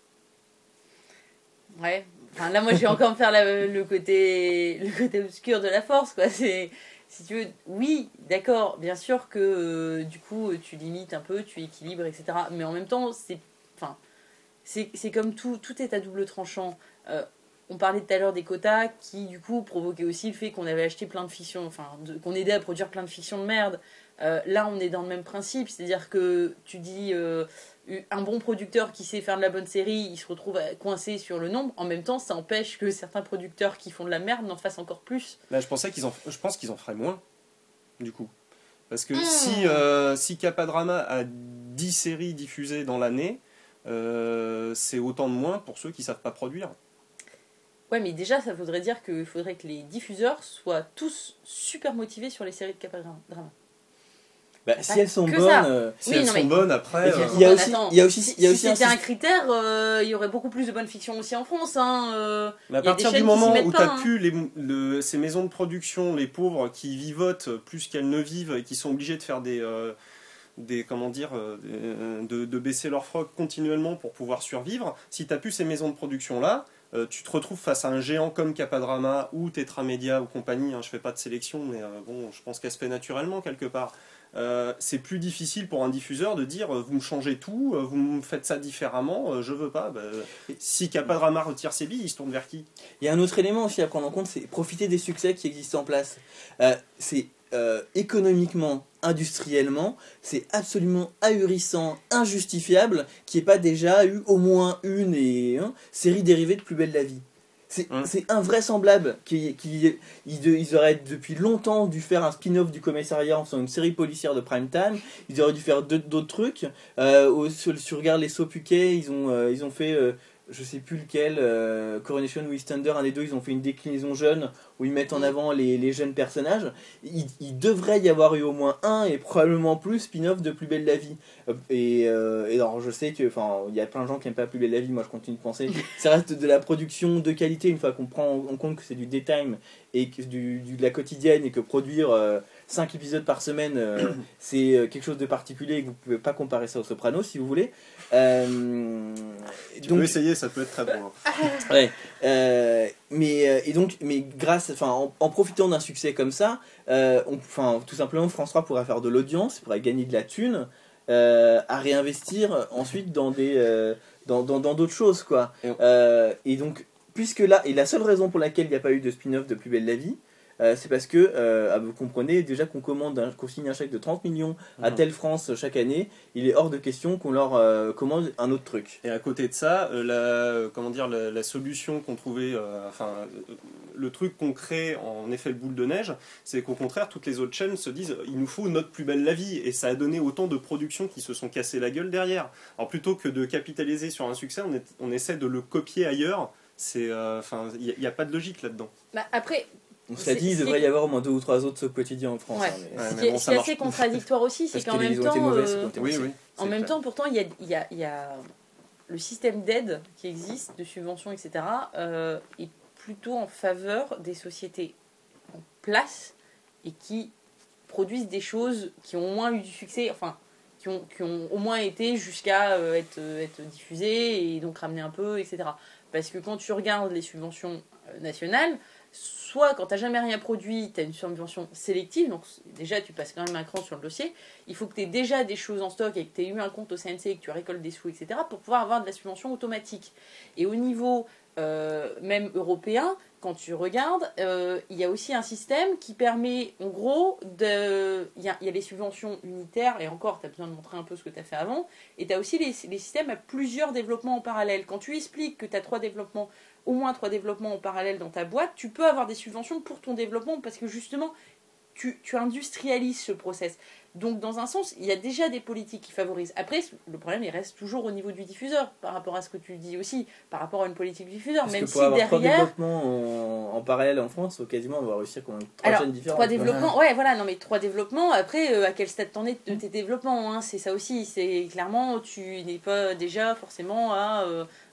Ouais, enfin, là moi je vais encore me faire la- le, côté, le côté obscur de la force, quoi. C'est, si tu veux, oui, d'accord, bien sûr que euh, du coup tu limites un peu, tu équilibres, et cetera. Mais en même temps, c'est, enfin, c'est, c'est comme tout, tout est à double tranchant. Euh, on parlait tout à l'heure des quotas qui du coup provoquaient aussi le fait qu'on avait acheté plein de fictions, enfin de- qu'on aidait à produire plein de fictions de merde. Euh, là on est dans le même principe, c'est-à-dire que tu dis euh, un bon producteur qui sait faire de la bonne série, il se retrouve coincé sur le nombre. En même temps, ça empêche que certains producteurs qui font de la merde n'en fassent encore plus. Là, je, pensais qu'ils en, je pense qu'ils en feraient moins, du coup. Parce que Mmh. si, euh, si Capadrama a dix séries diffusées dans l'année, euh, c'est autant de moins pour ceux qui ne savent pas produire. Ouais, mais déjà, ça voudrait dire qu'il faudrait que les diffuseurs soient tous super motivés sur les séries de Capadrama. Bah, Pas si elles sont que bonnes, ça. euh, Si Oui, elles non, sont mais- bonnes, après... Et puis, euh, il y a Bon, aussi- attends, il y a aussi- si, il y a si aussi un c'était un système- critère, euh, il y aurait beaucoup plus de bonnes fictions aussi en France. Hein, euh, Mais à il y a des partir du chaînes qui s'y moment mettent où pas, tu as hein. plus les, le- ces maisons de production, les pauvres qui vivotent plus qu'elles ne vivent et qui sont obligées de faire des... euh, des comment dire euh, de, de baisser leur froc continuellement pour pouvoir survivre, si tu n'as plus ces maisons de production là, euh, tu te retrouves face à un géant comme Capadrama ou Tetra Media ou compagnie, hein, je fais pas de sélection mais euh, bon, je pense qu'elle se fait naturellement quelque part. Euh, c'est plus difficile pour un diffuseur de dire euh, vous me changez tout, euh, vous me faites ça différemment, euh, je veux pas. Bah, si Capadrama retire ses billes, il se tourne vers qui? Il y a un autre élément aussi à prendre en compte, c'est profiter des succès qui existent en place. Euh, c'est euh, économiquement, industriellement, c'est absolument ahurissant, injustifiable qu'il n'y ait pas déjà eu au moins une et hein, série dérivée de Plus belle la vie. C'est Hum. c'est invraisemblable qu'ils qu'ils- ils, de- ils auraient depuis longtemps dû faire un spin-off du commissariat en faisant une série policière de prime time. Ils auraient dû faire d'autres d'autres trucs. Euh, au- sur, sur Regarde les Sopuquets, ils ont, euh, ils ont fait, euh, je sais plus lequel, euh, Coronation with Thunder, un des deux, ils ont fait une déclinaison jeune où ils mettent en avant les, les jeunes personnages. Il, il devrait y avoir eu au moins un et probablement plus spin-off de Plus belle la vie. Euh, Et, euh, et alors je sais que, enfin, il y a plein de gens qui n'aiment pas Plus belle la vie. Moi, je continue de penser que ça reste de la production de qualité une fois qu'on prend en compte que c'est du daytime et que du, du- de la quotidienne et que produire cinq épisodes par semaine, euh, c'est euh, quelque chose de particulier et que vous pouvez pas comparer ça au Soprano si vous voulez. Euh, Tu donc- peux essayer, ça peut être très bon. hein. Ouais. Euh, mais euh, et donc, mais grâce, enfin, en, en profitant d'un succès comme ça, euh, on- enfin, tout simplement, France trois pourrait faire de l'audience, pourrait gagner de la thune, euh, à réinvestir ensuite dans des, euh, dans, dans, dans d'autres choses, quoi. Et- Euh, et donc, puisque là, et la seule raison pour laquelle il n'y a pas eu de spin-off de Plus belle la vie. Euh, c'est parce que, euh, ah, vous comprenez déjà qu'on commande, un- qu'on signe un chèque de trente millions à Mhm. Telle France chaque année, il est hors de question qu'on leur euh, commande un autre truc. Et à côté de ça, euh, la, comment dire, la, la solution qu'on trouvait, euh, enfin, euh, le truc qu'on crée en effet le boule de neige, c'est qu'au contraire, toutes les autres chaînes se disent il nous faut notre plus belle la vie. Et ça a donné autant de productions qui se sont cassées la gueule derrière. Alors plutôt que de capitaliser sur un succès, on, est- on essaie de le copier ailleurs. C'est, euh, enfin, il n'y a, a pas de logique là-dedans. Bah, après, Donc, C'est- cela dit, il c'est- devrait y avoir au moins deux ou trois autres soaps quotidiens en France. Ouais. hein, mais- Ouais, ce mais qui est, bon, ce ça qui est marche assez contradictoire aussi, c'est Parce qu'en qu'ils même ont été temps, mauvais, euh, ce côté. Oui, aussi. oui. en c'est même clair. temps, pourtant, il y a, il y a- il y a le système d'aide qui existe, de subventions, et cetera, euh, est plutôt en faveur des sociétés en place et qui produisent des choses qui ont au moins eu du succès, enfin, qui ont, qui ont au moins été jusqu'à euh, être, être diffusées et donc ramener un peu, et cetera. Parce que quand tu regardes les subventions euh, nationales, soit quand t'as jamais rien produit, t'as une subvention sélective, donc déjà tu passes quand même un cran sur le dossier, il faut que tu aies déjà des choses en stock et que tu aies eu un compte au C N C et que tu récoltes des sous, et cetera, pour pouvoir avoir de la subvention automatique. Et au niveau euh, même européen, quand tu regardes, euh, il y a aussi un système qui permet, en gros, de... il y a, il y a les subventions unitaires, et encore, tu as besoin de montrer un peu ce que tu as fait avant, et tu as aussi les, les systèmes à plusieurs développements en parallèle. Quand tu expliques que tu as trois développements, au moins trois développements en parallèle dans ta boîte, tu peux avoir des subventions pour ton développement, parce que justement, tu, tu industrialises ce process. Donc, dans un sens, il y a déjà des politiques qui favorisent. Après, le problème, il reste toujours au niveau du diffuseur, par rapport à ce que tu dis aussi, par rapport à une politique du diffuseur. Parce Même que si pour avoir trois derrière... développements en, en parallèle en France, quasiment on va réussir qu'on ait trois Alors, chaînes différentes. trois développements, ouais, voilà, non, mais trois développements, après, euh, à quel stade t'en es de tes développements, hein, c'est ça aussi, c'est clairement, tu n'es pas déjà forcément à euh,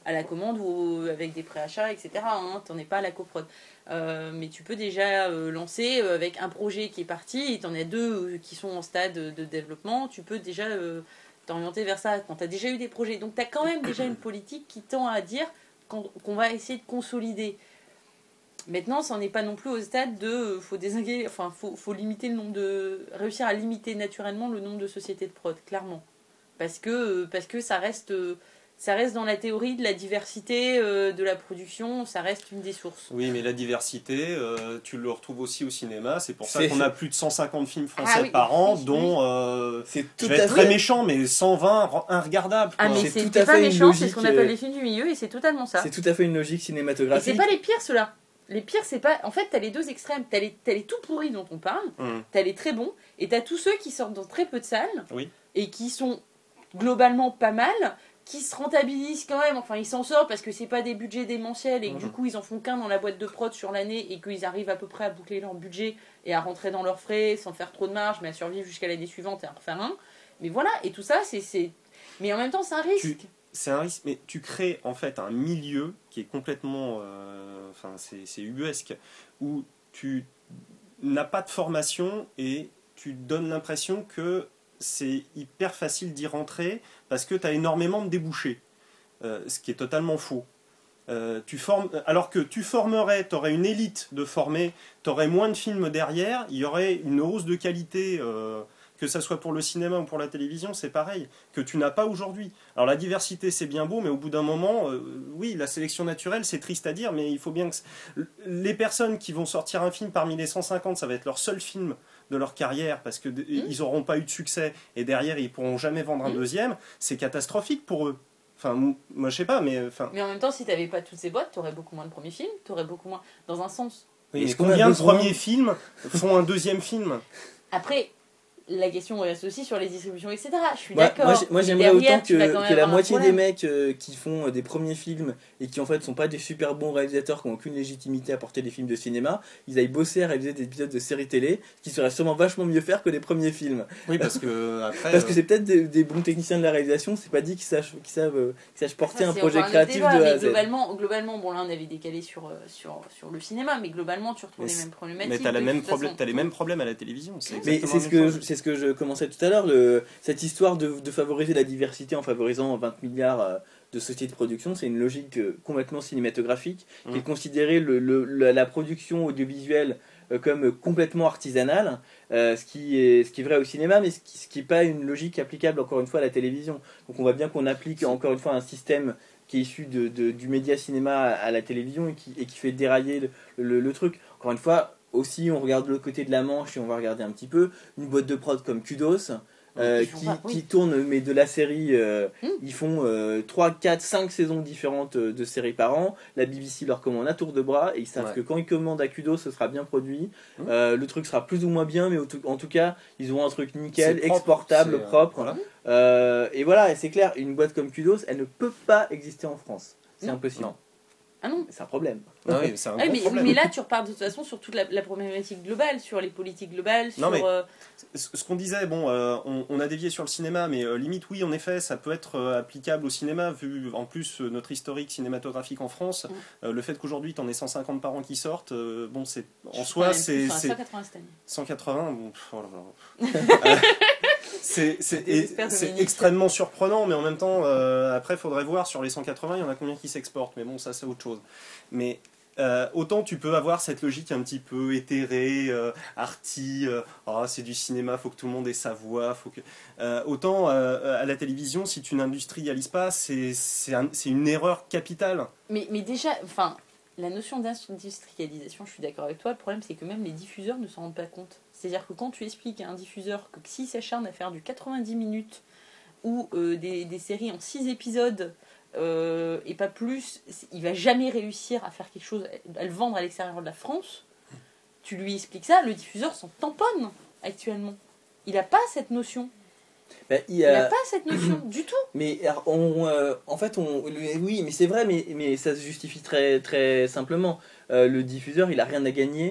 à la commande ou avec des préachats, et cetera. Hein, t'en es pas à la coprod. Euh, mais tu peux déjà euh, lancer euh, avec un projet qui est parti, et t'en as deux euh, qui sont en stade de développement, tu peux déjà euh, t'orienter vers ça quand t'as déjà eu des projets. Donc t'as quand même déjà une politique qui tend à dire qu'on, qu'on va essayer de consolider. Maintenant, ça n'en est pas non plus au stade de euh, faut désinguer, enfin faut, faut limiter le nombre de réussir à limiter naturellement le nombre de sociétés de prod, clairement, parce que euh, parce que ça reste euh, ça reste dans la théorie de la diversité euh, de la production, ça reste une des sources. Oui, mais la diversité, euh, tu le retrouves aussi au cinéma. C'est pour ça C'est- qu'on a plus de cent cinquante films français Ah oui, par an, oui, dont, euh, C'est je tout vais à être très fait. méchant, mais cent vingt ren- inregardables. Ah quoi. mais C'est c'est tout t'es à pas fait une méchant, c'est ce qu'on logique, appelle euh, les films du milieu et c'est totalement ça. C'est tout à fait une logique Et cinématographique. c'est pas les pires ceux-là. Les pires, c'est pas. En fait, t'as les deux extrêmes. T'as les, t'as les tout pourris dont on parle, Hum. t'as les très bons, et t'as tous ceux qui sortent dans très peu de salles, Oui. et qui sont globalement pas mal, qui se rentabilisent quand même. Enfin, ils s'en sortent parce que c'est pas des budgets démentiels, et que Mhm. du coup, ils en font qu'un dans la boîte de prod sur l'année, et qu'ils arrivent à peu près à boucler leur budget et à rentrer dans leurs frais sans faire trop de marge, mais à survivre jusqu'à l'année suivante et à en refaire un. Mais voilà, et tout ça, c'est. c'est... Mais en même temps, c'est un risque. Tu- C'est un risque, mais tu crées en fait un milieu qui est complètement, euh, enfin c'est, c'est ubuesque, où tu n'as pas de formation et tu donnes l'impression que c'est hyper facile d'y rentrer parce que tu as énormément de débouchés, euh, ce qui est totalement faux. Euh, tu formes, alors que tu formerais, tu aurais une élite de formés, tu aurais moins de films derrière, il y aurait une hausse de qualité, euh, que ça soit pour le cinéma ou pour la télévision, c'est pareil, que tu n'as pas aujourd'hui. Alors la diversité c'est bien beau, mais au bout d'un moment, euh, oui, la sélection naturelle c'est triste à dire, mais il faut bien que... c- Les personnes qui vont sortir un film parmi les cent cinquante, ça va être leur seul film de leur carrière, parce qu'ils Mmh. n'auront pas eu de succès, et derrière ils pourront jamais vendre un Mmh. deuxième, c'est catastrophique pour eux. Enfin, m- moi je sais pas, mais... Enfin, Mais en même temps, si t'avais pas toutes ces boîtes, t'aurais beaucoup moins de premiers films, t'aurais beaucoup moins. Dans un sens. oui, Est-ce mais qu'on a combien de besoin- premiers films font un deuxième film? Après, la question reste aussi sur les distributions, et cetera. Je suis Moi, d'accord. moi, j'ai- moi, mais j'aimerais derrière, autant tu vas quand que, même que la avoir un moitié des problème. mecs euh, qui font euh, des premiers films et qui en fait sont pas des super bons réalisateurs qui n'ont aucune légitimité à porter des films de cinéma, ils aillent bosser à réaliser des épisodes de séries télé, ce qui serait sûrement vachement mieux faire que les premiers films. Oui, parce que après... Parce que euh, c'est peut-être des, des bons techniciens de la réalisation, c'est pas dit qu'ils sachent, qu'ils savent, euh, qu'ils sachent porter Ça, un c'est projet encore un autre créatif débat, de A mais à Z. globalement, globalement, bon là on avait décalé sur, euh, sur, sur le cinéma, mais globalement tu retrouves Mais les c'est- mêmes problématiques. Mais t'as, la de même toute problème, façon. t'as les mêmes problèmes à la télévision. C'est Mais exactement c'est la ce, même que chose. je, c'est ce que je commençais tout à l'heure, le, cette histoire de, de favoriser la diversité en favorisant vingt milliards euh, de sociétés de production, c'est une logique euh, complètement cinématographique, qui est Mm. considérer le, le- la, la production audiovisuelle euh, comme complètement artisanale, euh, ce, qui est, ce qui est vrai au cinéma, mais ce qui ce qui n'est pas une logique applicable encore une fois à la télévision. Donc on voit bien qu'on applique encore une fois un système qui est issu de, de- du média cinéma à, à la télévision et qui, et qui fait dérailler le, le- le truc. Encore une fois, aussi on regarde de l'autre côté de la Manche et on va regarder un petit peu une boîte de prod comme Kudos, euh, Ils font qui, pas, oui. qui tourne mais de la série, euh, Mm. ils font euh, trois, quatre, cinq saisons différentes euh, de séries par an. La B B C leur commande à tour de bras et ils savent Ouais. que quand ils commandent à Kudos, ce sera bien produit. Mm. Euh, le truc sera plus ou moins bien, mais au tout- en tout cas, ils auront un truc nickel, C'est propre, exportable, c'est, euh, propre. voilà. Euh, et voilà, et c'est clair, une boîte comme Kudos, elle ne peut pas exister en France. C'est Non. impossible. Non. Ah non. C'est un problème. Ah oui, c'est un Ah, gros mais, problème. mais là tu repars de toute façon sur toute la, la problématique globale, sur les politiques globales, sur. Non, mais- euh, Ce ce qu'on disait, bon, euh, on, on a dévié sur le cinéma, mais euh, limite, oui, en effet, ça peut être euh, applicable au cinéma, vu en plus euh, notre historique cinématographique en France. Mm. Euh, le fait qu'aujourd'hui, t'en aies cent cinquante par an qui sortent, euh, bon, c'est je en suis soi, quand même c'est plus sur un c'est cent quatre-vingts cette année. cent quatre-vingts. Bon, pff, oh là là. Euh, c'est c'est- et J'espère, c'est Dominique. extrêmement surprenant, mais en même temps, euh, après, il faudrait voir sur les cent quatre-vingts, il y en a combien qui s'exportent. Mais bon, ça, c'est autre chose. Mais euh, autant tu peux avoir cette logique un petit peu éthérée, euh, arty, euh, ah, c'est du cinéma, faut que tout le monde ait sa voix, faut que... Euh, autant euh, à la télévision, si tu n'industrialises pas, c'est c'est un- c'est une erreur capitale. Mais, mais déjà, enfin, la notion d'industrialisation, je suis d'accord avec toi, le problème c'est que même les diffuseurs ne s'en rendent pas compte. C'est-à-dire que quand tu expliques à un diffuseur que s'il s'acharne à faire du quatre-vingt-dix minutes ou euh, des, des séries en six épisodes euh, et pas plus, il va jamais réussir à faire quelque chose, à le vendre à l'extérieur de la France, tu lui expliques ça, le diffuseur s'en tamponne actuellement. Il n'a pas cette notion. Bah, il y Il a- n'a pas cette notion du tout. Mais alors, on, euh, en fait, on, le- oui, mais c'est vrai, mais, mais ça se justifie très, très simplement. Euh, le diffuseur, il a rien à gagner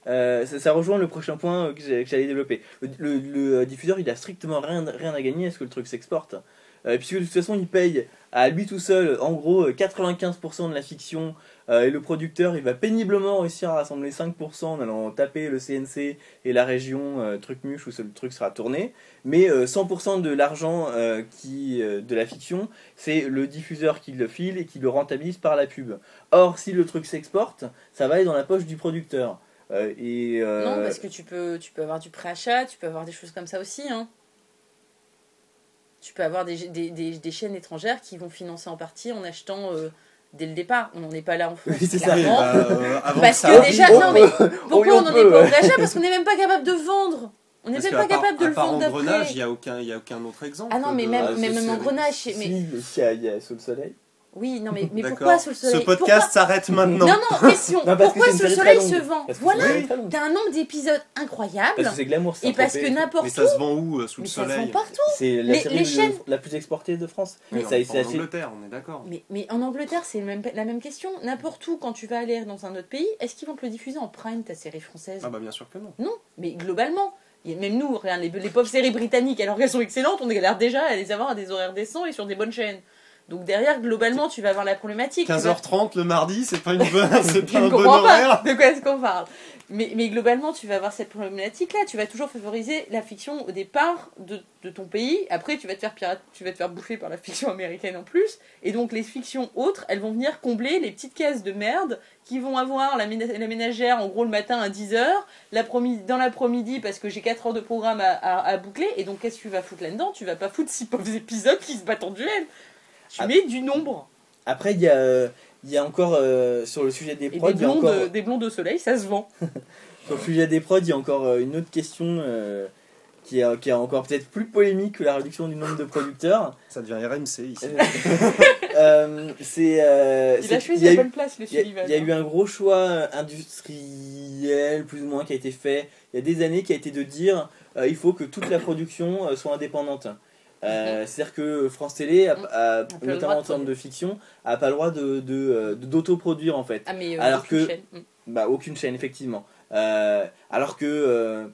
Euh, ça, ça rejoint le prochain point que j'ai- que j'allais développer. Le, le- le diffuseur, il a strictement rien, rien à gagner à ce que le truc s'exporte. Euh, puisque de toute façon, il paye à lui tout seul, en gros, quatre-vingt-quinze pour cent de la fiction. Euh, et le producteur, il va péniblement réussir à rassembler cinq pour cent en allant taper le C N C et la région euh, Truc-Muche où ce- le truc sera tourné. Mais euh, cent pour cent de l'argent euh, qui, euh, de la fiction, c'est le diffuseur qui le file et qui le rentabilise par la pub. Or, si le truc s'exporte, ça va aller dans la poche du producteur. Euh, et, euh, Non, parce que tu peux, tu peux avoir du préachat, tu peux avoir des choses comme ça aussi. Hein. Tu peux avoir des, des, des, des chaînes étrangères qui vont financer en partie en achetant euh, dès le départ. On n'en est pas là en France, Oui, c'est ça. clairement. Bah, euh, avant Parce ça que arrive, déjà, on non mais peut- pourquoi oui, on on n'en peut, est pas au ouais. préachat? Parce qu'on n'est même pas capable de vendre. On n'est parce même qu'à pas part- capable de à le part vendre Engrenage, d'après. il n'y a aucun, il y a aucun autre exemple. Ah non, mais de- même, Ah, mais c'est- même c'est- Engrenage. Si, Mais... il y a, il y a Sous le soleil. Oui, non mais, mais D'accord. pourquoi Sous le Ce soleil podcast s'arrête Pourquoi... maintenant. Non, non, question. Non, parce que Pourquoi c'est Sous une le série très soleil se longue. vend Parce que Voilà, c'est une série très longue. t'as un nombre d'épisodes incroyable. Parce que c'est glamour, c'est Et parce que Saint-Tropez. n'importe Mais où, ça se vend où euh, sous mais le ça se vend soleil partout. C'est la Les- série les le- chaînes- la plus exportée de France. Mais Ça, non, c'est en assez- Angleterre, on est d'accord. Mais, mais en Angleterre, c'est le même- la même question. N'importe où, quand tu vas aller dans un autre pays, est-ce qu'ils vont te le diffuser en prime, ta série française? Ah bah bien sûr que non. Non, mais globalement. Et même nous, regarde, les, les pauvres séries britanniques, alors qu'elles sont excellentes, on galère déjà à les avoir à des horaires décents et sur des bonnes chaînes. Donc derrière, globalement, tu vas avoir la problématique. Tu vas- quinze heures trente le mardi, c'est pas une bonne, c'est Je pas ne un bon comprends horaire. pas de quoi est-ce qu'on parle. Mais, mais globalement, tu vas avoir cette problématique-là. Tu vas toujours favoriser la fiction au départ de, de ton pays. Après, tu vas te faire pirate, tu vas te faire bouffer par la fiction américaine en plus. Et donc, les fictions autres, elles vont venir combler les petites cases de merde qui vont avoir la, ména- la ménagère, en gros, le matin à dix heures, dans l'après-midi, parce que j'ai quatre heures de programme à, à, à boucler. Et donc, qu'est-ce que tu vas foutre là-dedans? Tu vas pas foutre six pauvres épisodes qui se battent en duel. Tu Ah. mets du nombre. Après, il y a, euh, il y a encore, euh, sur le sujet des Et prods, des il y a blondes, encore, des blondes au soleil, ça se vend. sur le sujet des prods, il y a encore euh, une autre question euh, qui, est, qui est encore peut-être plus polémique que la réduction du nombre de producteurs. Ça devient R M C ici. Euh, c'est, euh, Il c'est- a choisi il y a la eu- bonne place, le Il y, a, Sullivan. il y a eu un gros choix industriel, plus ou moins, qui a été fait il y a des années, qui a été de dire euh, il faut que toute la production euh, soit indépendante. Euh, C'est-à-dire que France Télé, a, Mhm. a- pas le droit notamment de en termes produire. de fiction, a pas le droit de, de, euh, de- d'autoproduire en fait. Ah, mais euh, Alors aucune que- chaîne. Mm. Bah, aucune chaîne, effectivement. Euh, alors que, euh,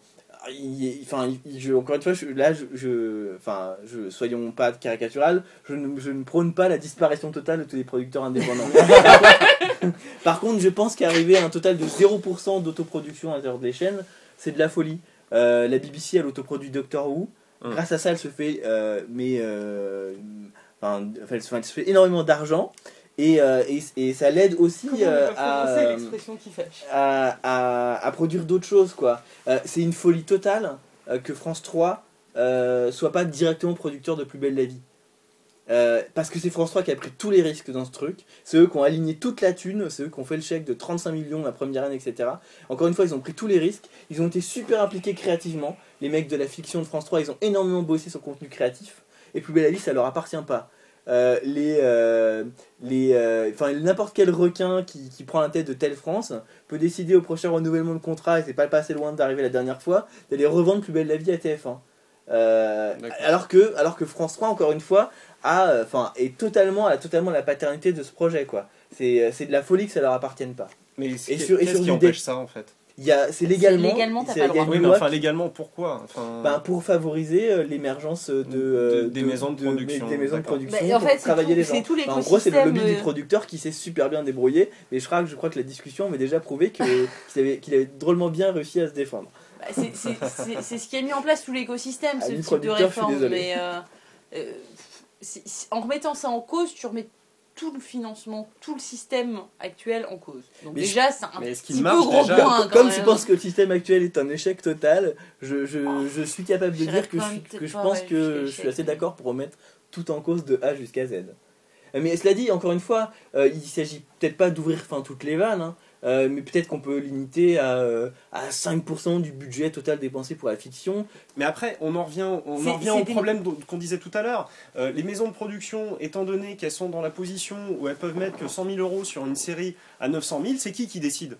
il- enfin, il- je- encore une fois, je, là, je, je- enfin, je, soyons pas caricatural, je ne, je ne prône pas la disparition totale de tous les producteurs indépendants. Par contre- Par contre, je pense qu'arriver à un total de zéro pour cent d'autoproduction à l'intérieur des chaînes, c'est de la folie. Euh, la B B C, elle autoproduit Doctor Who. Hum. Grâce à ça, elle se fait, euh, mais, euh, enfin, enfin, elle se elle se fait énormément d'argent. Et, euh, et, et ça l'aide aussi Comment euh, on peut à, prononcer euh, l'expression qui fâche? à, à, à produire d'autres choses, quoi. Euh, c'est une folie totale euh, que France trois euh, soit pas directement producteur de Plus belle la vie. Euh, parce que c'est France trois qui a pris tous les risques dans ce truc. C'est eux qui ont aligné toute la thune, c'est eux qui ont fait le chèque de trente-cinq millions la première année, et cetera. Encore une fois, ils ont pris tous les risques. Ils ont été super impliqués créativement. Les mecs de la fiction de France trois, ils ont énormément bossé sur le contenu créatif. Et Plus belle la vie, ça leur appartient pas. Euh, les, euh, les, euh, enfin, n'importe quel requin qui, qui prend la tête de Telle France peut décider au prochain renouvellement de contrat, et c'est pas passé loin d'arriver la dernière fois, d'aller revendre Plus belle la vie à T F un. Euh, D'accord. alors que, alors que France trois, encore une fois, a, enfin, est totalement, a totalement la paternité de ce projet, quoi. C'est, c'est de la folie que ça leur appartienne pas. Mais Et qu'est- sur- et qu'est-ce sur qui du empêche dé- ça en fait? Il y a, c'est légalement, légalement, t'as c'est- pas le il y a droit. une Oui, mais loi enfin qui- légalement, pourquoi enfin, ben, pour favoriser euh, l'émergence de, euh, De- des maisons de production, des maisons de d'accord. production Bah, en pour fait, c'est travailler tout- les c'est gens. tout Enfin, en gros, c'est le lobby l'écosystème, du euh, producteur qui s'est super bien débrouillé, mais je crois, je crois que la discussion avait déjà prouvé que, qu'il, avait, qu'il avait drôlement bien réussi à se défendre. Bah, c'est- c'est c'est- c'est ce qui a mis en place tout l'écosystème, Ah, ce lui, type de producteur, je suis réforme. désolé. Mais euh, euh, c'est- c'est- en remettant ça en cause, tu remets tout le financement, tout le système actuel en cause. Donc Mais déjà, c'est un mais est-ce qu'il petit peu marche gros déjà point. Comme, quand comme même. je pense que le système actuel est un échec total, je, je, Oh, je suis capable de j'irais dire que je, quand suis- même que peut-être je pas, pense ouais, que jusqu'à je l'échec. suis assez d'accord pour remettre tout en cause de A jusqu'à Z. Euh, Mais cela dit, encore une fois, euh, il s'agit peut-être pas d'ouvrir enfin, toutes les vannes, hein, euh, mais peut-être qu'on peut limiter à, euh, à cinq pour cent du budget total dépensé pour la fiction. Mais après, on en revient, on C'est- en revient c'est au des- problème dont- qu'on disait tout à l'heure. Euh, les maisons de production, étant donné qu'elles sont dans la position où elles peuvent mettre que cent mille euros sur une série à neuf cent mille, c'est qui qui décide?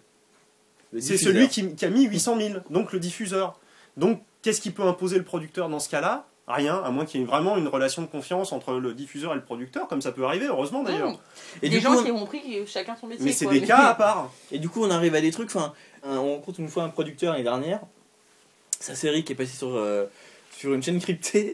Le C'est diffuseur. celui qui, qui a mis huit cent mille, donc le diffuseur. Donc, qu'est-ce qui peut imposer le producteur dans ce cas-là? Rien, à moins qu'il y ait vraiment une relation de confiance entre le diffuseur et le producteur, comme ça peut arriver, heureusement d'ailleurs. Mmh. Et des du gens coup, qui ont pris chacun son métier. Mais c'est quoi, des mais- cas à part. Et du coup, on arrive à des trucs. Enfin, un- on rencontre une fois un producteur l'année dernière. Sa série qui est passée sur, euh, sur une chaîne cryptée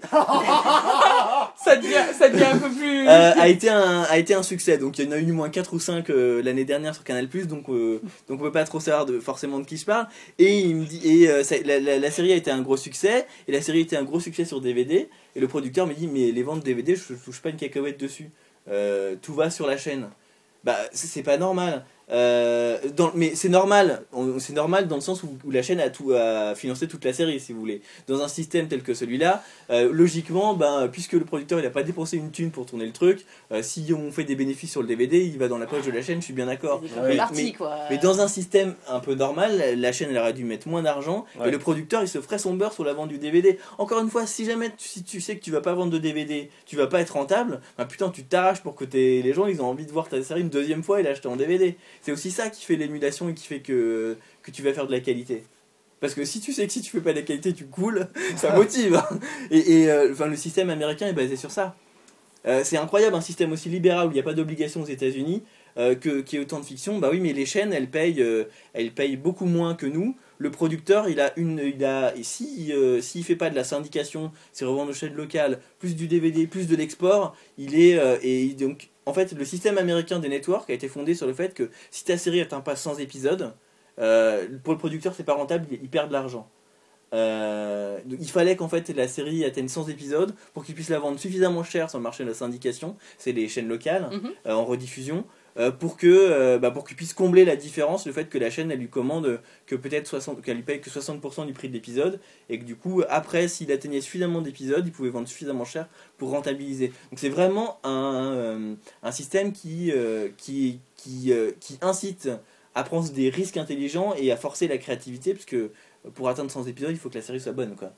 ça, devient, ça devient un peu plus. euh, a, été un, a été un succès. Donc, il y en a eu au moins quatre ou cinq euh, l'année dernière sur Canal+. Donc, euh, donc on peut pas trop savoir de, forcément de qui je parle. Et, il me dit, et euh, ça- la, la, la série a été un gros succès. Et la série a été un gros succès sur D V D. Et le producteur me dit, mais les ventes D V D, je touche pas une cacahuète dessus. Euh, tout va sur la chaîne. Bah, c'est c'est pas normal. Euh, dans, mais c'est normal, on- c'est normal dans le sens où, où la chaîne a, tout, a financé toute la série, si vous voulez. Dans un système tel que celui-là, euh, logiquement, ben, puisque le producteur il a pas dépensé une thune pour tourner le truc, euh, si on fait des bénéfices sur le D V D, il va dans la poche de la chaîne, je suis bien d'accord. C'est des Ouais. contreparties, Mais- quoi. Mais dans un système un peu normal, la chaîne elle aurait dû mettre moins d'argent Ouais. et le producteur il se ferait son beurre sur la vente du D V D. Encore une fois, si jamais tu, si tu sais que tu vas pas vendre de D V D, tu vas pas être rentable, bah putain tu t'arraches pour que t'aies- les gens ils ont envie de voir ta série une deuxième fois et l'acheter en D V D. C'est aussi ça qui fait l'émulation et qui fait que, que tu vas faire de la qualité. Parce que si tu sais que si tu fais pas de la qualité tu coules, ça motive. Et, et euh, enfin, le système américain est basé sur ça. Euh, c'est incroyable un système aussi libéral où il n'y a pas d'obligation aux États-Unis. Euh, que, qu'il y ait autant de fiction, bah oui, mais les chaînes elles payent, euh, elles payent beaucoup moins que nous. Le producteur, il a une, il a, et si, euh, s'il fait pas de la syndication, c'est revendre aux chaînes locales, plus du D V D, plus de l'export, il est, euh, et donc, en fait, le système américain des networks a été fondé sur le fait que si ta série atteint pas cent épisodes, euh, pour le producteur c'est pas rentable, il, il perd de l'argent. Euh, donc il fallait qu'en fait la série atteigne cent épisodes pour qu'il puisse la vendre suffisamment cher sur le marché de la syndication, c'est les chaînes locales, Mhm. euh, en rediffusion. Euh, pour que euh, bah, pour qu'il puisse combler la différence, le fait que la chaîne elle lui commande que peut-être soixante, qu'elle lui paye que soixante pour cent du prix de l'épisode et que du coup après s'il atteignait suffisamment d'épisodes il pouvait vendre suffisamment cher pour rentabiliser. Donc c'est vraiment un, euh, un système qui, euh, qui, qui, euh, qui incite à prendre des risques intelligents et à forcer la créativité parce que pour atteindre cent épisodes il faut que la série soit bonne quoi.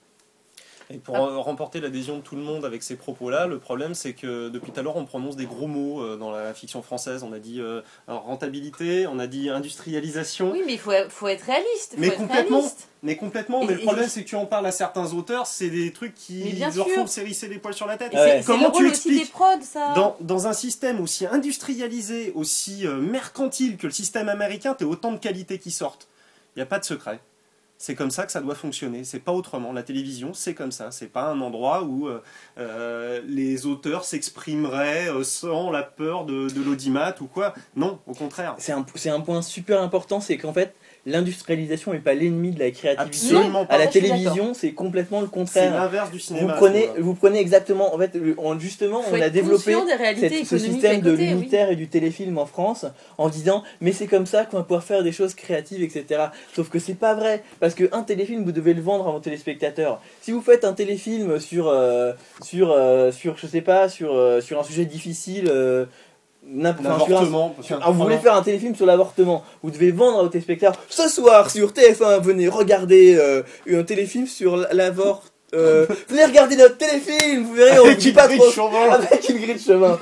Et pour ah. remporter l'adhésion de tout le monde avec ces propos-là, le problème c'est que depuis tout à l'heure on prononce des gros mots euh, dans la fiction française. On a dit euh, rentabilité, on a dit industrialisation. Oui, mais il faut, faut être réaliste. Faut mais, être complètement, réaliste. mais complètement. Et, mais le et problème je... c'est que tu en parles à certains auteurs, c'est des trucs qui leur sûr. font s'hérisser les poils sur la tête. Ouais. C'est, Comment c'est tu le rôle aussi expliques des prods, ça. Dans, dans un système aussi industrialisé, aussi euh, mercantile que le système américain, t'as autant de qualités qui sortent. Il n'y a pas de secret. C'est comme ça que ça doit fonctionner, c'est pas autrement. La télévision, c'est comme ça. C'est pas un endroit où euh, euh, les auteurs s'exprimeraient euh, sans la peur de, de l'audimat ou quoi. Non, au contraire. C'est un, c'est un point super important, c'est qu'en fait, l'industrialisation n'est pas l'ennemi de la créativité. Absolument pas. À la Je suis télévision, c'est complètement le C'est contraire. l'inverse du Vous cinéma. prenez, ce vous prenez exactement, en fait, on- justement, Faut on a être développé conscient des réalités cette- ce économiques système à de côté, oui. l'unitaire et du téléfilm en France en disant mais c'est comme ça qu'on va pouvoir faire des choses créatives, et cetera. Sauf que c'est pas vrai, parce qu'un téléfilm, vous devez le vendre à vos téléspectateurs. Si vous faites un téléfilm sur, euh, sur, euh, sur je sais pas, sur, euh, sur un sujet difficile, euh, n'importe- enfin, sur un- L'avortement. sur- ah, vous voulez faire un téléfilm sur l'avortement, vous devez vendre à vos téléspectateurs ce soir sur T F un, venez regarder euh, un téléfilm sur l'avort. Euh, venez regarder notre téléfilm, vous verrez, on vous Avec dit une pas grille trop de chemin. avec une grille de chemin.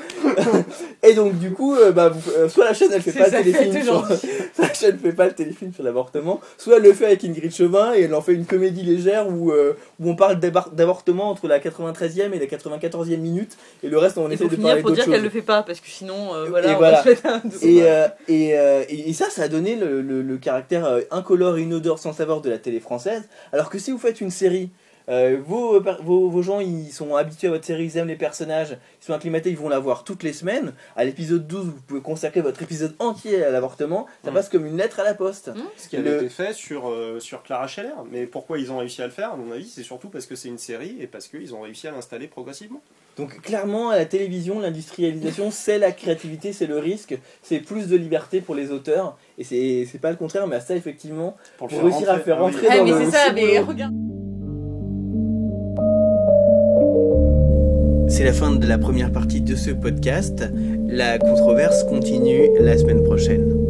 Et donc du coup, euh, bah, vous- euh, soit la chaîne elle fait C'est pas sa le téléfilm fête sur, aujourd'hui. la chaîne fait pas le téléfilm sur l'avortement, soit elle le fait avec une grille de chemin et elle en fait une comédie légère où, euh, où on parle d'abar- d'avortement entre la quatre-vingt-treizième et la quatre-vingt-quatorzième minute et le reste on Il essaie faut de finir parler pour d'autre dire qu'elle chose. le fait pas, parce que sinon, euh, voilà, Et on voilà. va se mettre un double. Et, euh, et, euh, et, et ça, ça a donné le, le, le caractère euh, incolore et inodore sans saveur de la télé française. Alors que si vous faites une série, euh, vos, vos, vos gens ils sont habitués à votre série, ils aiment les personnages, ils sont acclimatés, ils vont la voir toutes les semaines. À l'épisode douze, vous pouvez consacrer votre épisode entier à l'avortement. Ça Mm. passe comme une lettre à la poste. Mm. Ce qui avait Le- été fait sur, euh, sur Clara Scheller. Mais pourquoi ils ont réussi à le faire, à mon avis, c'est surtout parce que c'est une série et parce qu'ils ont réussi à l'installer progressivement. Donc clairement, à la télévision, l'industrialisation, c'est la créativité, c'est le risque, c'est plus de liberté pour les auteurs. Et c'est c'est pas le contraire, mais à ça, effectivement, Pour, Pour réussir à faire Ah oui. rentrer Ah, dans mais le c'est ça, ciboulot. mais regarde. c'est la fin de la première partie de ce podcast. La controverse continue la semaine prochaine.